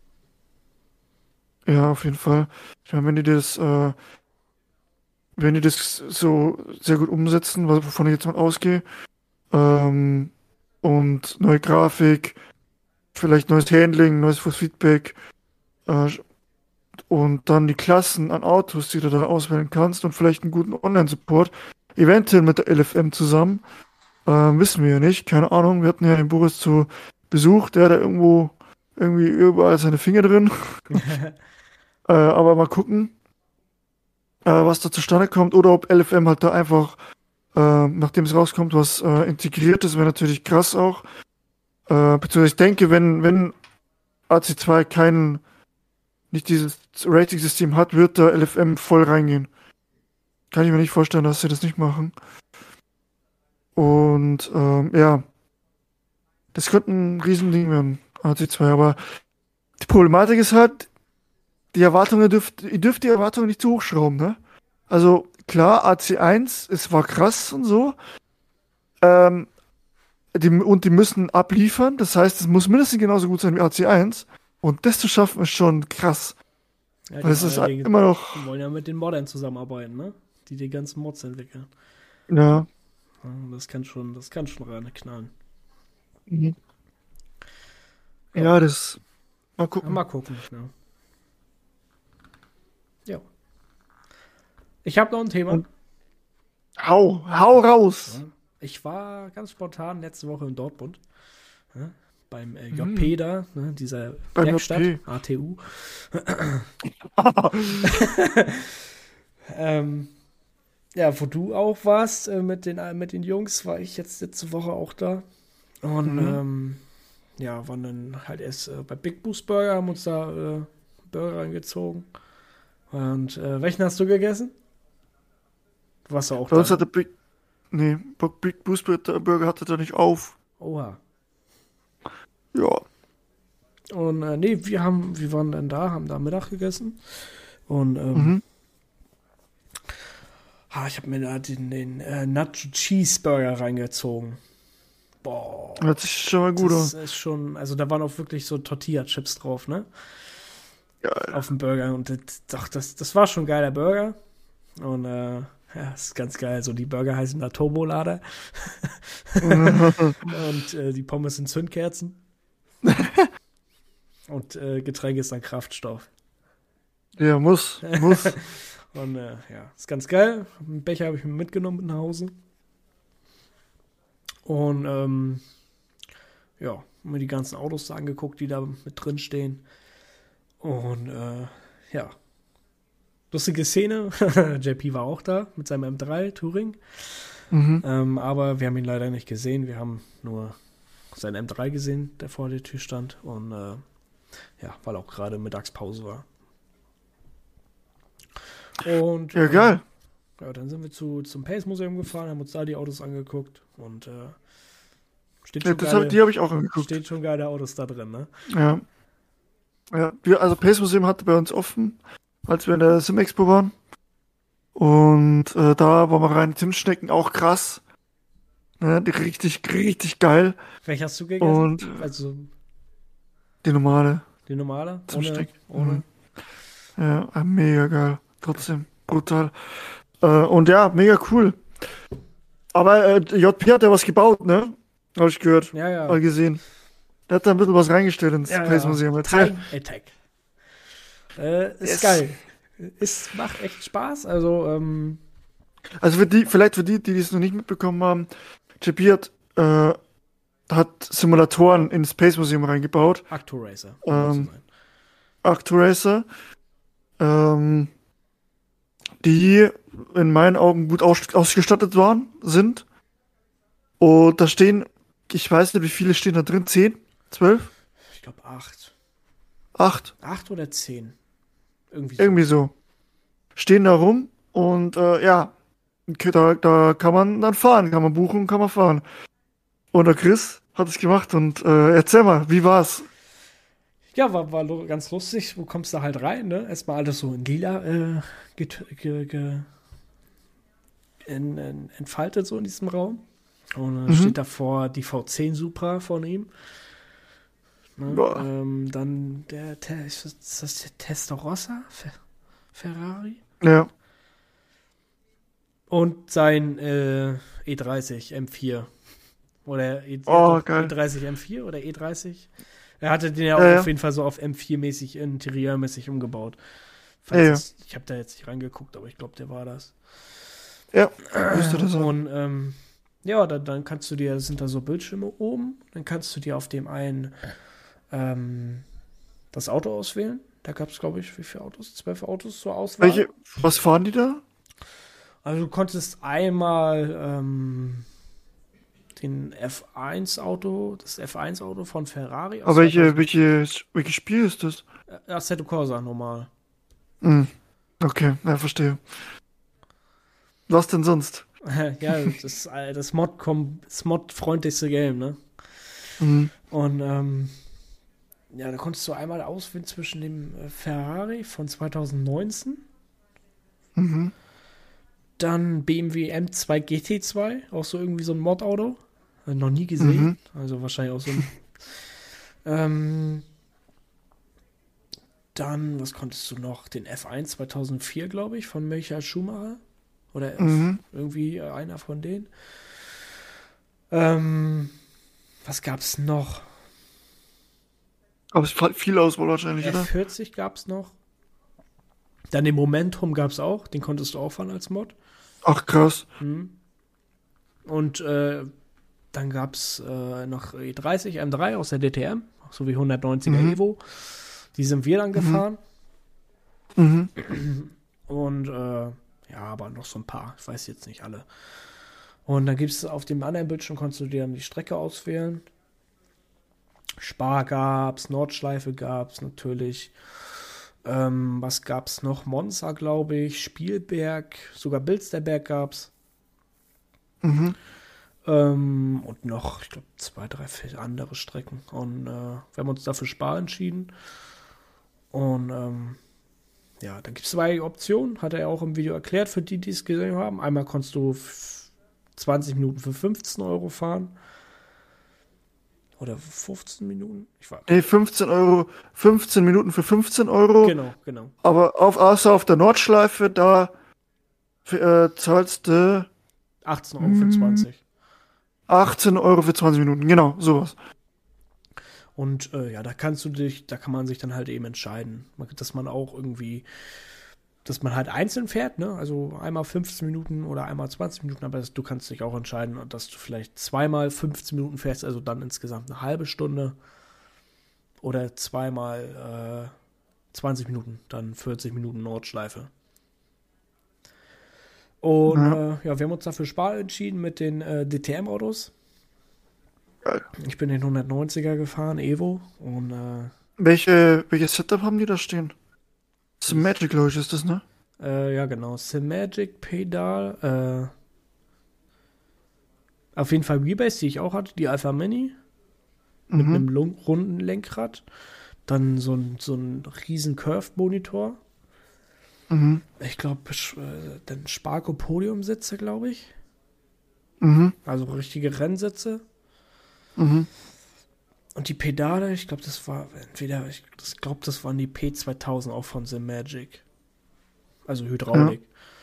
Ja, auf jeden Fall. Ich meine, wenn die das, äh, wenn die das so sehr gut umsetzen, was- wovon ich jetzt mal ausgehe, ähm, und neue Grafik, vielleicht neues Handling, neues Force Feedback, äh, und dann die Klassen an Autos, die du dann auswählen kannst und vielleicht einen guten Online-Support, eventuell mit der L F M zusammen, äh, wissen wir ja nicht, keine Ahnung. Wir hatten ja den Boris zu Besuch, der hat da irgendwo irgendwie überall seine Finger drin. Äh, aber mal gucken, äh, was da zustande kommt oder ob L F M halt da einfach, äh, nachdem es rauskommt, was äh, integriert ist, wäre natürlich krass auch. Äh, beziehungsweise ich denke, wenn, wenn A C zwei kein, nicht dieses Rating-System hat, wird da L F M voll reingehen. Kann ich mir nicht vorstellen, dass sie das nicht machen. Und ähm, ja, das könnte ein Riesending werden, A C zwei. Aber die Problematik ist halt, die Erwartungen dürft, ihr dürft die Erwartungen nicht zu hoch schrauben, ne? Also klar, A C eins, es war krass und so. Ähm, die, und die müssen abliefern. Das heißt, es muss mindestens genauso gut sein wie A C eins. Und das zu schaffen, ist schon krass. Ja, Weil die, es ist allerdings, immer noch. die wollen ja mit den Moddern zusammenarbeiten, ne? die die ganzen Mods entwickeln. Ja. Ja, das kann schon, das kann schon rein knallen. Mhm. Ja. Ja, das. Mal Ja, gucken. mal gucken. Ja. Ja. Ich habe noch ein Thema. Und hau, hau raus. Ja. Ich war ganz spontan letzte Woche in Dortmund. Ja, beim äh, J Mhm. P da, ne, dieser Beim Werkstatt, J P. A T U. ähm, ja, wo du auch warst äh, mit, den, äh, mit den Jungs, war ich jetzt letzte Woche auch da. Und Mhm. ähm, ja, waren dann halt erst äh, bei Big Boost Burger, haben uns da äh, Burger reingezogen. Und äh, welchen hast du gegessen? Du warst ja auch Bei uns da. hat der Big. Nee, Big Boost Burger hatte da nicht auf. Oha. Ja. Und äh, nee, wir haben, wir waren dann da, haben da Mittag gegessen. Und ähm, Mhm. ah, ich habe mir da den, den äh, Nacho Cheeseburger reingezogen. Boah. Hört sich schon mal gut Das an. ist schon, also da waren auch wirklich so Tortilla-Chips drauf, ne? Geil. Auf dem Burger. Und das, doch, das, das war schon ein geiler Burger. Und äh, ja, ist ganz geil. So, die Burger heißen da Turbolader. Und äh, die Pommes sind Zündkerzen. Und äh, Getränk ist dann Kraftstoff. Ja, muss, muss. Und äh, ja, ist ganz geil. Einen Becher habe ich mir mitgenommen mit nach Hause. Und ähm, ja, mir die ganzen Autos da angeguckt, die da mit drin stehen. Und äh, ja, lustige Szene. J P war auch da mit seinem M drei Touring. Mhm. Ähm, aber wir haben ihn leider nicht gesehen. Wir haben nur seinen M drei gesehen, der vor der Tür stand. Und äh, ja, weil auch gerade Mittagspause war. Und Ja, äh, geil. ja, dann sind wir zu, zum Pace-Museum gefahren, haben uns da die Autos angeguckt. Und äh, steht, Ja, schon das hab, geile, die habe ich auch angeguckt. steht schon geile Autos da drin, ne? Ja. Ja, wir, also Pace Museum hatte bei uns offen, als wir in der Sim Expo waren. Und äh, da waren wir rein. Zimtschnecken auch krass. Ne, die richtig, richtig geil. Welche hast du gegessen? Und Also die normale die normale? Ohne, Zimtschnecken. ohne. Mhm. Ja, äh, mega geil. Trotzdem brutal. Äh, und ja, mega cool. Aber äh, J P hat ja was gebaut, ne? Habe ich gehört. Ja, ja. Mal gesehen. Der hat da ein bisschen was reingestellt ins ja, Pace ja. Museum. Erzähl. Time Attack. Äh, ist Yes. geil. Es macht echt Spaß. Also, ähm, Also für die, vielleicht für die, die es noch nicht mitbekommen haben, J P hat, äh, hat Simulatoren ins Space Museum reingebaut. Acto-Racer. Ähm, Acturacer, ähm, die in meinen Augen gut aus ausgestattet waren, sind. Und da stehen, ich weiß nicht, wie viele stehen da drin? Zehn? Zwölf? Ich glaube acht. Acht? Acht oder zehn. Irgendwie so. Irgendwie so. Stehen da rum und äh, ja, da, da kann man dann fahren, kann man buchen, kann man fahren. Und der Chris hat es gemacht und äh, erzähl mal, wie war's? Ja, war, war lu- ganz lustig. Du kommst da halt rein, ne? Erstmal alles so in lila äh, get, ge, ge, in, in, entfaltet so in diesem Raum. Und dann Mhm. steht davor die V zehn Supra von ihm. Ne? Boah. Ähm, dann der, Te- ist das ist das der Testarossa? Fe Ferrari? Ja, Und sein äh, E dreißig M vier. Oder E, Oh, doch, geil. E dreißig M vier oder E dreißig? Er hatte den ja auch Ja, ja. auf jeden Fall so auf M vier-mäßig, interieurmäßig umgebaut. Ja, ja. Es, ich habe da jetzt nicht reingeguckt, aber ich glaube, der war das. ja, müsste das sein. Und ähm, ja, dann, dann kannst du dir, sind da so Bildschirme oben, dann kannst du dir auf dem einen ähm, das Auto auswählen. Da gab es, glaube ich, wie viele Autos? Zwölf Autos zur Auswahl. Welche, was fahren die da? Also du konntest einmal ähm, den F eins Auto, das F eins Auto von Ferrari aus Aber welche, welche, welches Spiel ist das? zweitausend Assetto Corsa normal. Hm. Okay, ja, verstehe. Was denn sonst? Ja, das, äh, das Mod das Mod-freundlichste Game, ne? Mhm. Und ähm, ja, da konntest du einmal auswählen zwischen dem äh, Ferrari von zwanzig neunzehn, Mhm. dann B M W M zwei G T zwei, auch so irgendwie so ein Mod-Auto. Äh, noch nie gesehen. Mhm. Also wahrscheinlich auch so ein. ähm, dann, was konntest du noch? Den F eins zweitausendvier, glaube ich, von Michael Schumacher. Oder Mhm. irgendwie einer von denen. Ähm, was gab's noch? Aber es ist viel Auswahl wahrscheinlich, F oder? vierzig gab's noch. Dann den Momentum gab's auch. Den konntest du auch fahren als Mod. Ach, krass. Mhm. Und äh, dann gab's äh, noch E dreißig M drei aus der D T M. Sowie hundertneunziger Mhm. Evo. Die sind wir dann Mhm. gefahren. Mhm. Und äh, ja, aber noch so ein paar. Ich weiß jetzt nicht alle. Und dann gibt es auf dem anderen Bildschirm, konntest du dir dann die Strecke auswählen. Spa gab's, Nordschleife gab's natürlich. Ähm, was gab's noch? Monza, glaube ich. Spielberg, sogar Bilsterberg gab's. Mhm. Ähm, und noch, ich glaube, zwei, drei, vier andere Strecken. Und äh, wir haben uns dafür Spa entschieden. Und ähm, ja, dann gibt es zwei Optionen, hat er auch im Video erklärt, für die, die es gesehen haben. Einmal kannst du f- zwanzig Minuten für fünfzehn Euro fahren. Oder fünfzehn Minuten? Ich war. Nee, fünfzehn Euro, fünfzehn Minuten für fünfzehn Euro. Genau, genau. Aber auf, außer auf der Nordschleife, da äh, zahlst du achtzehn Euro für hm, zwanzig. achtzehn Euro für zwanzig Minuten. Genau, sowas. Und äh, ja, da kannst du dich, da kann man sich dann halt eben entscheiden, dass man auch irgendwie, dass man halt einzeln fährt, ne? Also einmal fünfzehn Minuten oder einmal zwanzig Minuten, aber das, du kannst dich auch entscheiden, dass du vielleicht zweimal fünfzehn Minuten fährst, also dann insgesamt eine halbe Stunde oder zweimal äh, zwanzig Minuten, dann vierzig Minuten Nordschleife. Und Ja, äh, ja, wir haben uns dafür Spa entschieden mit den äh, D T M-Autos. geil. Ich bin den hundertneunziger gefahren, Evo. Und äh, Welche, welches Setup haben die da stehen? Das ist das, Magic, glaube ich, ist das, ne? äh, ja genau, Simagic Pedal. Äh, auf jeden Fall Rebase, die ich auch hatte, die Alpha Mini mit Mhm. einem Lung- runden Lenkrad. Dann so ein, so ein riesen Curved-Monitor. Mhm. Ich glaube, äh, dann Sparco Podium-Sitze, glaube ich. Mhm. Also richtige Rennsitze. Mhm. Und die Pedale, ich glaube, das war entweder, ich glaube, das waren die P zweitausend auch von Simagic. Also Ja. Hydraulik.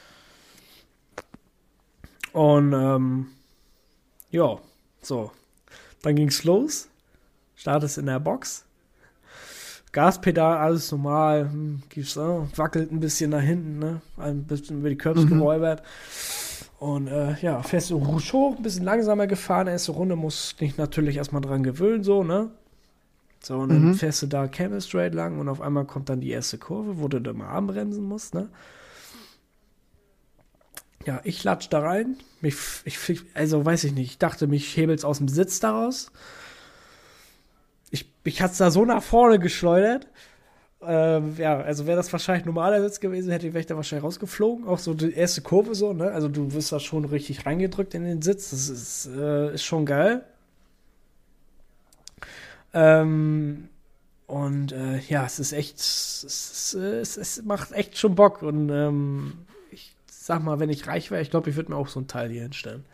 Und ähm, ja, so. Dann ging's los. Startest in der Box. Gaspedal, alles normal. Hm, gibt's auch. Wackelt ein bisschen nach hinten, ne? Ein bisschen über die Curbs Mhm. geräubert. Und äh, ja, fährst du ruhig hoch, ein bisschen langsamer gefahren. Erste Runde musst dich natürlich erstmal dran gewöhnen, so, ne? So, und dann Mhm. fährst du da Camel Straight lang und auf einmal kommt dann die erste Kurve, wo du dann mal anbremsen musst, ne? Ja, ich latsch da rein. Mich, ich, also weiß ich nicht, ich dachte, mich hebelt's aus dem Sitz daraus. Ich, ich hat's da so nach vorne geschleudert. Ähm, ja, also wäre das wahrscheinlich normaler Sitz gewesen, hätte ich wäre ich da wahrscheinlich rausgeflogen. Auch so die erste Kurve so, ne? Also du wirst da schon richtig reingedrückt in den Sitz. Das ist, äh, ist schon geil. Ähm, und äh, ja, es ist echt, es, ist, äh, es, es macht echt schon Bock. Und ähm, ich sag mal, wenn ich reich wäre, ich glaube, ich würde mir auch so ein Teil hier hinstellen.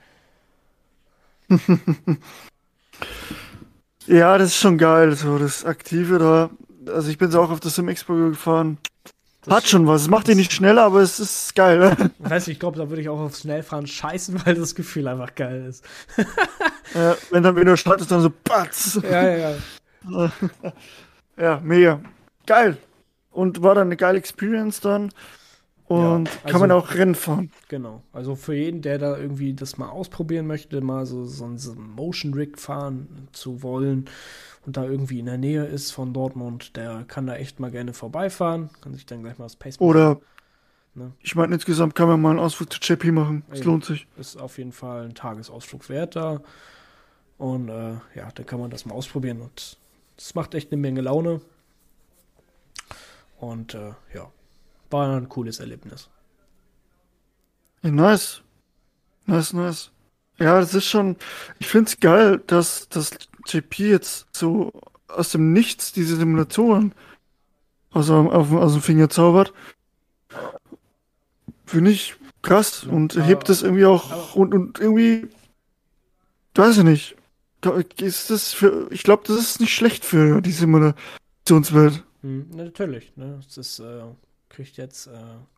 Ja, das ist schon geil, so das Aktive da. Also ich bin so auch auf das Sim Expo gefahren. Hat Das, schon was. Es macht dich das, nicht schneller, aber es ist geil. ich weiß nicht, ich glaube, da würde ich auch aufs Schnellfahren scheißen, weil das Gefühl einfach geil ist. Ja, wenn dann wieder startest, dann so patz. Ja, ja, ja. Ja, mega. Geil. Und war dann eine geile Experience dann. Ja, Und kann man also auch Rennen fahren. genau. Also für jeden, der da irgendwie das mal ausprobieren möchte, mal so, so ein so ein Motion Rig fahren zu wollen und da irgendwie in der Nähe ist von Dortmund, der kann da echt mal gerne vorbeifahren. Kann sich dann gleich mal das Pacemaker. Oder, Ne? ich meine, insgesamt kann man mal einen Ausflug zu J P machen. Es Eben. lohnt sich. Ist auf jeden Fall ein Tagesausflug wert da. Und äh, ja, dann kann man das mal ausprobieren. Und es macht echt eine Menge Laune. Und äh, ja, war ein cooles Erlebnis. Ja, nice. Nice, nice. Ja, das ist schon. Ich finde es geil, dass das J P jetzt so aus dem Nichts diese Simulatoren aus, dem- auf, aus dem Finger zaubert. Finde ich krass Ne? und hebt Aber, es irgendwie auch aber und, und irgendwie, weiß ich nicht. Ist das für, ich glaube, das ist nicht schlecht für die Simulationswelt. hm, natürlich, ne? Es ist, äh, kriegt jetzt äh,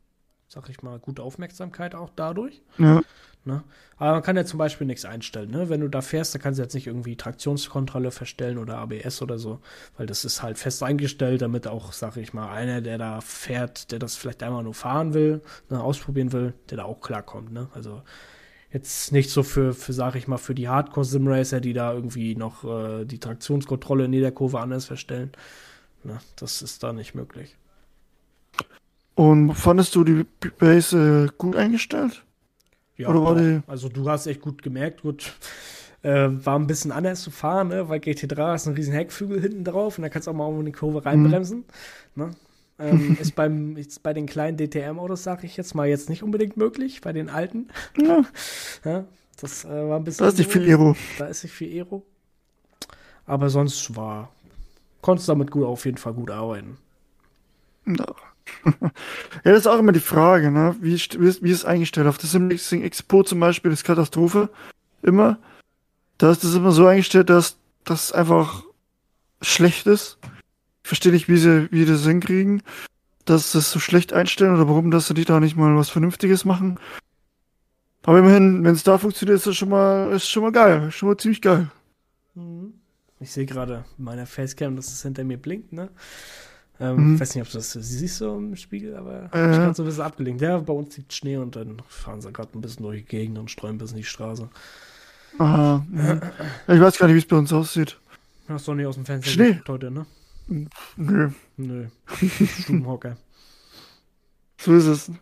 sag ich mal, gute Aufmerksamkeit auch dadurch. Ja. Ne? Aber man kann ja zum Beispiel nichts einstellen. Ne? Wenn du da fährst, dann kannst du jetzt nicht irgendwie Traktionskontrolle verstellen oder A B S oder so, weil das ist halt fest eingestellt, damit auch, sag ich mal, einer, der da fährt, der das vielleicht einmal nur fahren will, ne, ausprobieren will, der da auch klarkommt. Ne? Also jetzt nicht so für, für sag ich mal, für die Hardcore-Sim-Racer, die da irgendwie noch äh, die Traktionskontrolle in jeder Kurve anders verstellen. Ne? Das ist da nicht möglich. Und fandest du die Base äh, gut eingestellt? Ja, Oder war doch. die. Also du hast echt gut gemerkt, gut, äh, war ein bisschen anders zu fahren, ne? Weil G T drei ist ein riesen Heckflügel hinten drauf und da kannst du auch mal um eine Kurve reinbremsen. Ne? Ähm, ist beim, ist bei den kleinen D T M-Autos, sag ich jetzt mal, jetzt nicht unbedingt möglich, bei den alten. Ja, Ja, das äh, war ein bisschen. da ist nicht viel so- Aero. Da ist nicht viel Aero. Aber sonst war, konntest damit gut auf jeden Fall gut arbeiten. Ja. Ja, das ist auch immer die Frage, ne? Wie, ist- wie, ist, wie ist es eingestellt? Auf der SimRacing Expo zum Beispiel ist Katastrophe. Immer. Da ist das immer so eingestellt, dass das einfach schlecht ist. Ich verstehe nicht, wie sie, wie die das hinkriegen, dass sie das so schlecht einstellen oder warum, dass sie die da nicht mal was Vernünftiges machen. Aber immerhin, wenn es da funktioniert, ist das schon mal, ist schon mal geil. Ist schon mal ziemlich geil. Mhm. Ich sehe gerade meiner Facecam, dass es hinter mir blinkt, ne? Ähm, Mhm. weiß nicht, ob du das siehst so im Spiegel, aber Äh. ich gerade so ein bisschen abgelenkt. Ja, bei uns liegt Schnee und dann fahren sie gerade ein bisschen durch die Gegend und streuen ein bisschen die Straße. Aha. Mhm. Ja, ich weiß gar nicht, wie es bei uns aussieht. Hast du nicht aus dem Fenster Schnee? geguckt heute, ne? Nö, Nö. Stubenhocker. so ist es.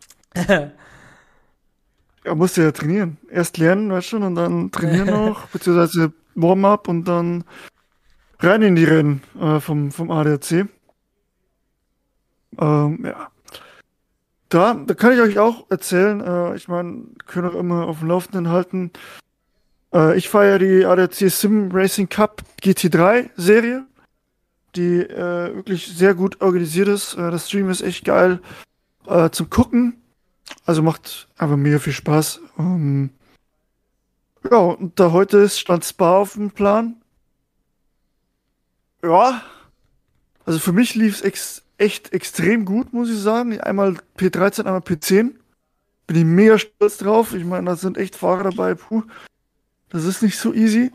Ja, musst du ja trainieren. Erst lernen, weißt du, und dann trainieren noch, beziehungsweise Warm-up und dann rein in die Rennen äh, vom, vom A D A C. Ähm, ja. Da, da kann ich euch auch erzählen, äh, ich meine, können auch immer auf dem Laufenden halten. Äh, ich fahre ja die A D A C Sim Racing Cup G T drei Serie, die äh, wirklich sehr gut organisiert ist. Äh, das Stream ist echt geil äh, zum Gucken. Also macht einfach mega viel Spaß. Ähm, ja, und da heute ist stand Spa auf dem Plan. Ja, also für mich lief es ex echt extrem gut, muss ich sagen. Einmal P dreizehn, einmal P zehn. Bin ich mega stolz drauf. Ich meine, da sind echt Fahrer dabei. Puh, das ist nicht so easy.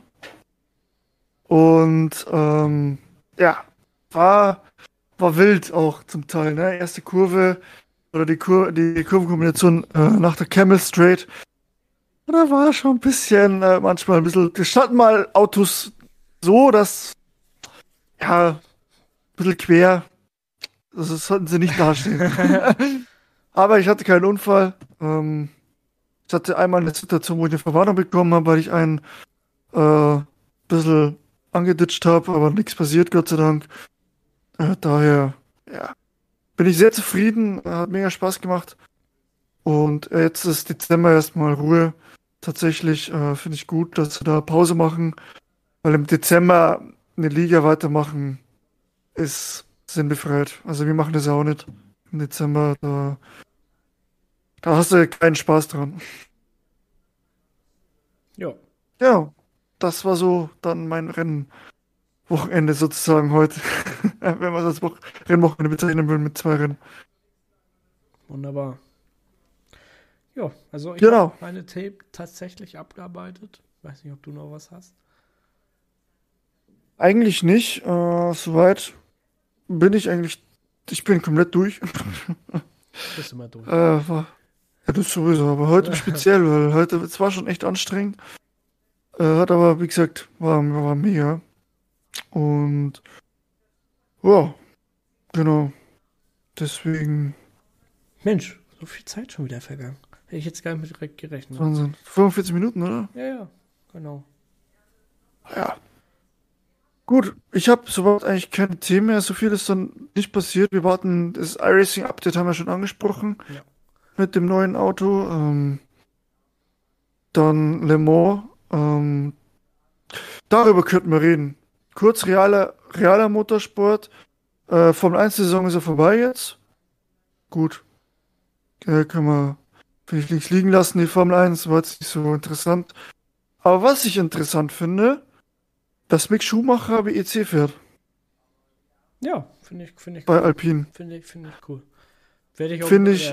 Und ähm, ja, war, war wild auch zum Teil. Ne? Erste Kurve oder die, Kur die Kurvenkombination äh, nach der Camel Straight. Da war schon ein bisschen, äh, manchmal ein bisschen. Wir standen mal Autos so, dass ja, ein bisschen quer. Das ist- sollten sie nicht dastehen. Aber ich hatte keinen Unfall. Ähm, ich hatte einmal eine Situation, wo ich eine Verwarnung bekommen habe, weil ich einen äh, bisschen angeditscht habe, aber nichts passiert, Gott sei Dank. Äh, daher, ja, bin ich sehr zufrieden. Hat mega Spaß gemacht. Und äh, jetzt ist Dezember erstmal Ruhe. Tatsächlich äh, finde ich gut, dass sie da Pause machen, weil im Dezember eine Liga weitermachen ist sinnbefreit. Also wir machen das ja auch nicht im Dezember. Da, da hast du keinen Spaß dran. Ja. Ja, das war so dann mein Rennwochenende sozusagen heute. Wenn wir es als Wo Rennwochenende bezeichnen würden mit zwei Rennen. Wunderbar. Ja, also ich Genau. habe meine Tape tatsächlich abgearbeitet. Weiß nicht, ob du noch was hast. Eigentlich nicht. Äh, soweit bin ich eigentlich. Ich bin komplett durch. Bist du mal durch. Äh, war, ja, das sowieso, aber heute speziell, weil heute, es war schon echt anstrengend. Äh, hat aber, wie gesagt, war, war mega. Und ja, genau. Deswegen, Mensch, so viel Zeit schon wieder vergangen. Hätte ich jetzt gar nicht mit direkt gerechnet. Wahnsinn. fünfundvierzig Minuten, oder? Ja, ja, genau. Ja. Gut, ich habe soweit eigentlich keine Themen mehr. So viel ist dann nicht passiert. Wir warten, das iRacing-Update haben wir schon angesprochen. Ja. Mit dem neuen Auto. Ähm, dann Le Mans. Ähm, darüber könnten wir reden. Kurz realer, realer Motorsport. Äh, Formel eins-Saison ist ja vorbei jetzt. Gut. Äh, können wir vielleicht links liegen lassen. Die Formel eins war jetzt nicht so interessant. Aber was ich interessant finde, dass Mick Schumacher B E C fährt. Ja, finde ich, finde ich Bei cool. Alpine. Finde ich, finde ich cool. Werde ich auch Finde bei ich- der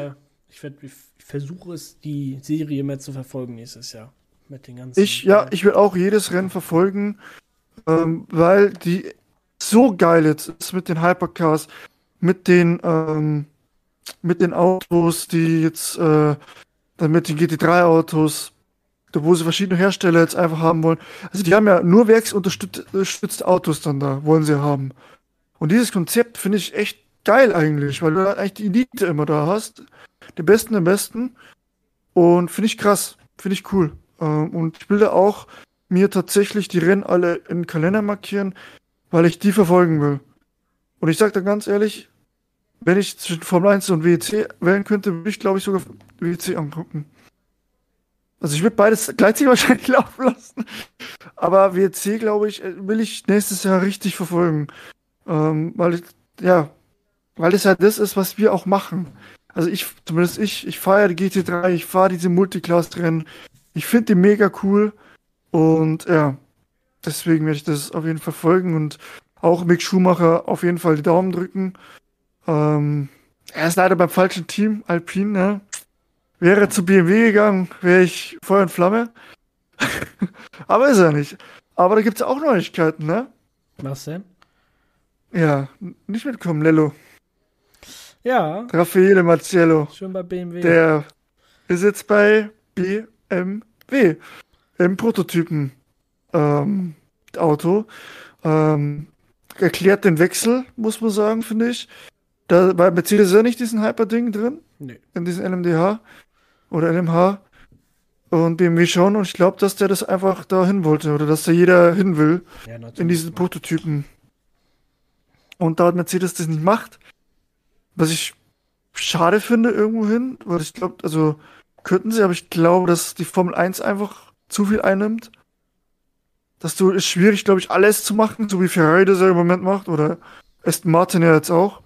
Ich, werd, ich versuche es, die Serie mehr zu verfolgen nächstes Jahr. Mit den ganzen. Ich, ja, ich will auch jedes Rennen verfolgen, ähm, weil die so geil jetzt ist mit den Hypercars, mit den, ähm, mit den Autos, die jetzt, äh, dann mit den G T drei Autos, da wo sie verschiedene Hersteller jetzt einfach haben wollen. Also die haben ja nur werksunterstützte Autos dann da, wollen sie haben. Und dieses Konzept finde ich echt geil eigentlich, weil du halt eigentlich die Elite immer da hast. Die Besten der Besten. Und finde ich krass. Finde ich cool. Ähm, und ich will da auch mir tatsächlich die Rennen alle in den Kalender markieren, weil ich die verfolgen will. Und ich sag da ganz ehrlich, wenn ich zwischen Formel eins und W E C wählen könnte, würde ich glaube ich sogar W E C angucken. Also ich würde beides gleichzeitig wahrscheinlich laufen lassen. Aber W E C, glaube ich, will ich nächstes Jahr richtig verfolgen. Ähm, weil ich, ja, weil es ja das ist, was wir auch machen. Also ich, zumindest ich, ich fahre ja die G T drei, ich fahre diese Multiclass-Rennen. Ich finde die mega cool. Und ja, deswegen werde ich das auf jeden Fall folgen und auch Mick Schumacher auf jeden Fall die Daumen drücken. Ähm, er ist leider beim falschen Team, Alpine, ne? Wäre zu B M W gegangen, wäre ich Feuer und Flamme. Aber ist er nicht. Aber da gibt es auch Neuigkeiten, ne? Was denn? Ja, nicht mitkommen, Lello. Ja, Raffaele Marciello. schön bei B M W. Der ist jetzt bei B M W im Prototypen ähm, Auto. Ähm, erklärt den Wechsel, muss man sagen, finde ich. Da bei Mercedes ist ja nicht diesen Hyper-Ding drin, Nee. in diesem L M D H oder L M H und B M W schon. Und ich glaube, dass der das einfach da hin wollte oder dass da jeder hin will Ja, natürlich. in diesen Prototypen. Und da Mercedes das nicht macht, was ich schade finde irgendwohin, weil ich glaube, also könnten sie, aber ich glaube, dass die Formel eins einfach zu viel einnimmt. Dass du, ist schwierig, glaube ich, alles zu machen, so wie Ferrari das ja im Moment macht oder Aston Martin ja jetzt auch.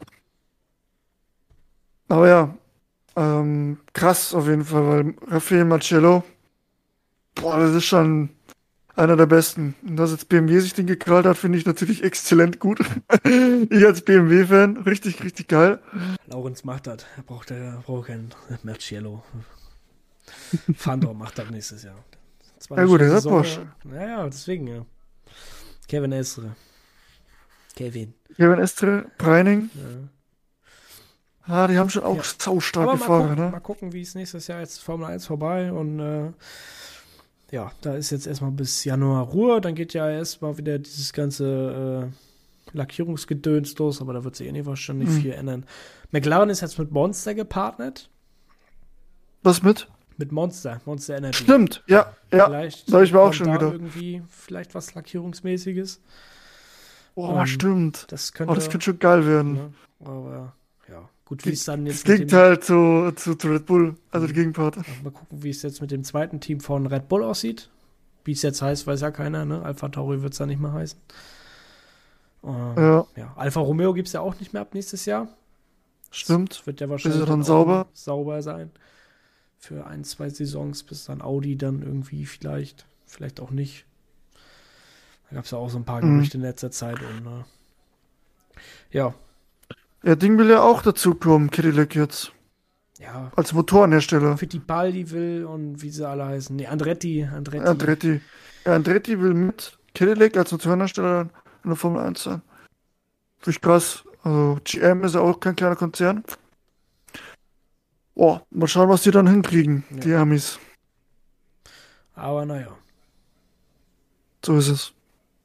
Aber ja, ähm, krass auf jeden Fall, weil Raffaele Marciello, boah, das ist schon einer der besten. Und dass jetzt B M W sich den gekrallt hat, finde ich natürlich exzellent gut. Ich als B M W-Fan, richtig, richtig geil. Laurenz macht das. Er braucht, er braucht keinen Marciello. Fandor macht das nächstes Jahr. Ja gut, der ist Porsche. Ja, ja, deswegen, ja. Kevin Estre. Kevin. Kevin Estre, Preining. Ja. Ah, die haben schon auch Ja. saustarke Aber mal Fahrer, gucken, ne? mal gucken, wie es nächstes Jahr jetzt Formel eins vorbei und äh, ja, da ist jetzt erstmal bis Januar Ruhe, dann geht ja erstmal wieder dieses ganze äh, Lackierungsgedöns los, aber da wird sich eh nicht wahrscheinlich Mhm. viel ändern. McLaren ist jetzt mit Monster gepartnet. Was mit? Mit Monster, Monster Energy. Stimmt, ja, ja. Vielleicht da hab ich mir auch kommt schon da gedacht. irgendwie vielleicht was Lackierungsmäßiges. Boah, Ähm, stimmt. Das Oh, könnte, das könnte schon geil werden. ne, aber ja, gut, wie es dann Das jetzt mit dem, Gegenteil zu, zu, zu Red Bull, also die Gegenpart. mal gucken, wie es jetzt mit dem zweiten Team von Red Bull aussieht. Wie es jetzt heißt, weiß ja keiner, ne? Alpha Tauri wird es da nicht mehr heißen. Ähm, Ja, ja, Alfa Romeo gibt es ja auch nicht mehr ab nächstes Jahr. stimmt. Das wird ja wahrscheinlich Ist er dann auch sauber? sauber sein. Für ein, zwei Saisons, bis dann Audi dann irgendwie vielleicht, vielleicht auch nicht. Da gab es ja auch so ein paar Mhm. Gerüchte in letzter Zeit. Und, äh, ja, Ja, Ding will ja auch dazukommen, Cadillac jetzt. ja, Als Motorenhersteller. Fittipaldi will und wie sie alle heißen. Nee, Andretti, Andretti. Andretti. Ja, Andretti will mit Cadillac als Motorenhersteller in der Formel eins sein. Finde ich krass. Also G M ist ja auch kein kleiner Konzern. Boah, mal schauen, was die dann hinkriegen, Ja. die Amis. Aber naja. So ist es.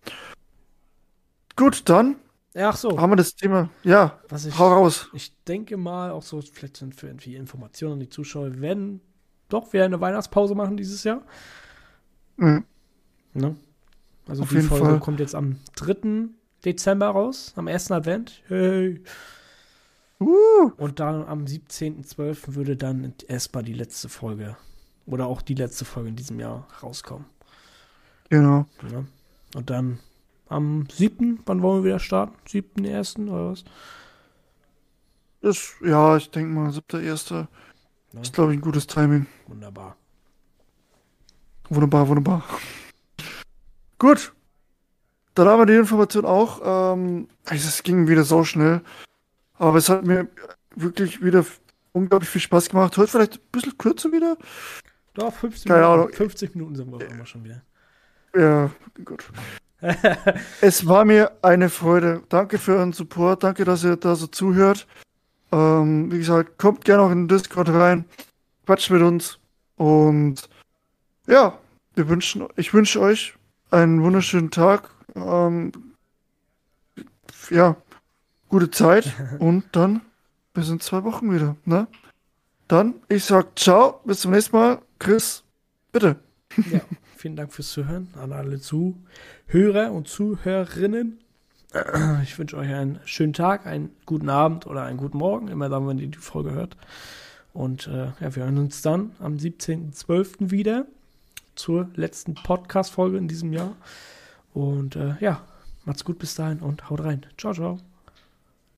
Gut, dann Ja, ach so, haben wir das Thema. Ja, was ich, hau raus. ich denke mal, auch so, vielleicht sind für irgendwie Informationen an die Zuschauer, wir werden doch wieder eine Weihnachtspause machen dieses Jahr. Mhm. Ne? Also Auf die jeden Folge Fall. kommt jetzt am dritten Dezember raus, am ersten Advent. Hey. Uh, Und dann am siebzehnten zwölften würde dann erstmal die letzte Folge oder auch die letzte Folge in diesem Jahr rauskommen. genau. Ne? Und dann am siebten, wann wollen wir wieder starten? siebten ersten oder was? Ist, ja, ich denke mal, siebter erster Ne? ist, glaube ich, ein gutes Timing. Wunderbar. Wunderbar, wunderbar. Gut. Dann haben wir die Information auch. Ähm, es ging wieder so schnell. Aber es hat mir wirklich wieder unglaublich viel Spaß gemacht. Heute vielleicht ein bisschen kürzer wieder. Doch, fünfzig Keine Minuten, Ahnung. fünfzig Minuten sind wir auf einmal schon wieder. Ja, gut. Es war mir eine Freude. Danke für euren Support. Danke, dass ihr da so zuhört. Ähm, wie gesagt, kommt gerne auch in den Discord rein. Quatscht mit uns. Und ja, wir wünschen, ich wünsche euch einen wunderschönen Tag. Ähm, ja, gute Zeit. Und dann bis in zwei Wochen wieder. Ne? Dann, ich sag ciao, bis zum nächsten Mal. Chris, bitte. Ja, vielen Dank fürs Zuhören an alle Zuhörer und Zuhörerinnen. Ich wünsche euch einen schönen Tag, einen guten Abend oder einen guten Morgen, immer dann, wenn ihr die Folge hört. Und äh, ja, wir hören uns dann am siebzehnten zwölften wieder zur letzten Podcast-Folge in diesem Jahr. Und äh, ja, macht's gut bis dahin und haut rein. Ciao, ciao.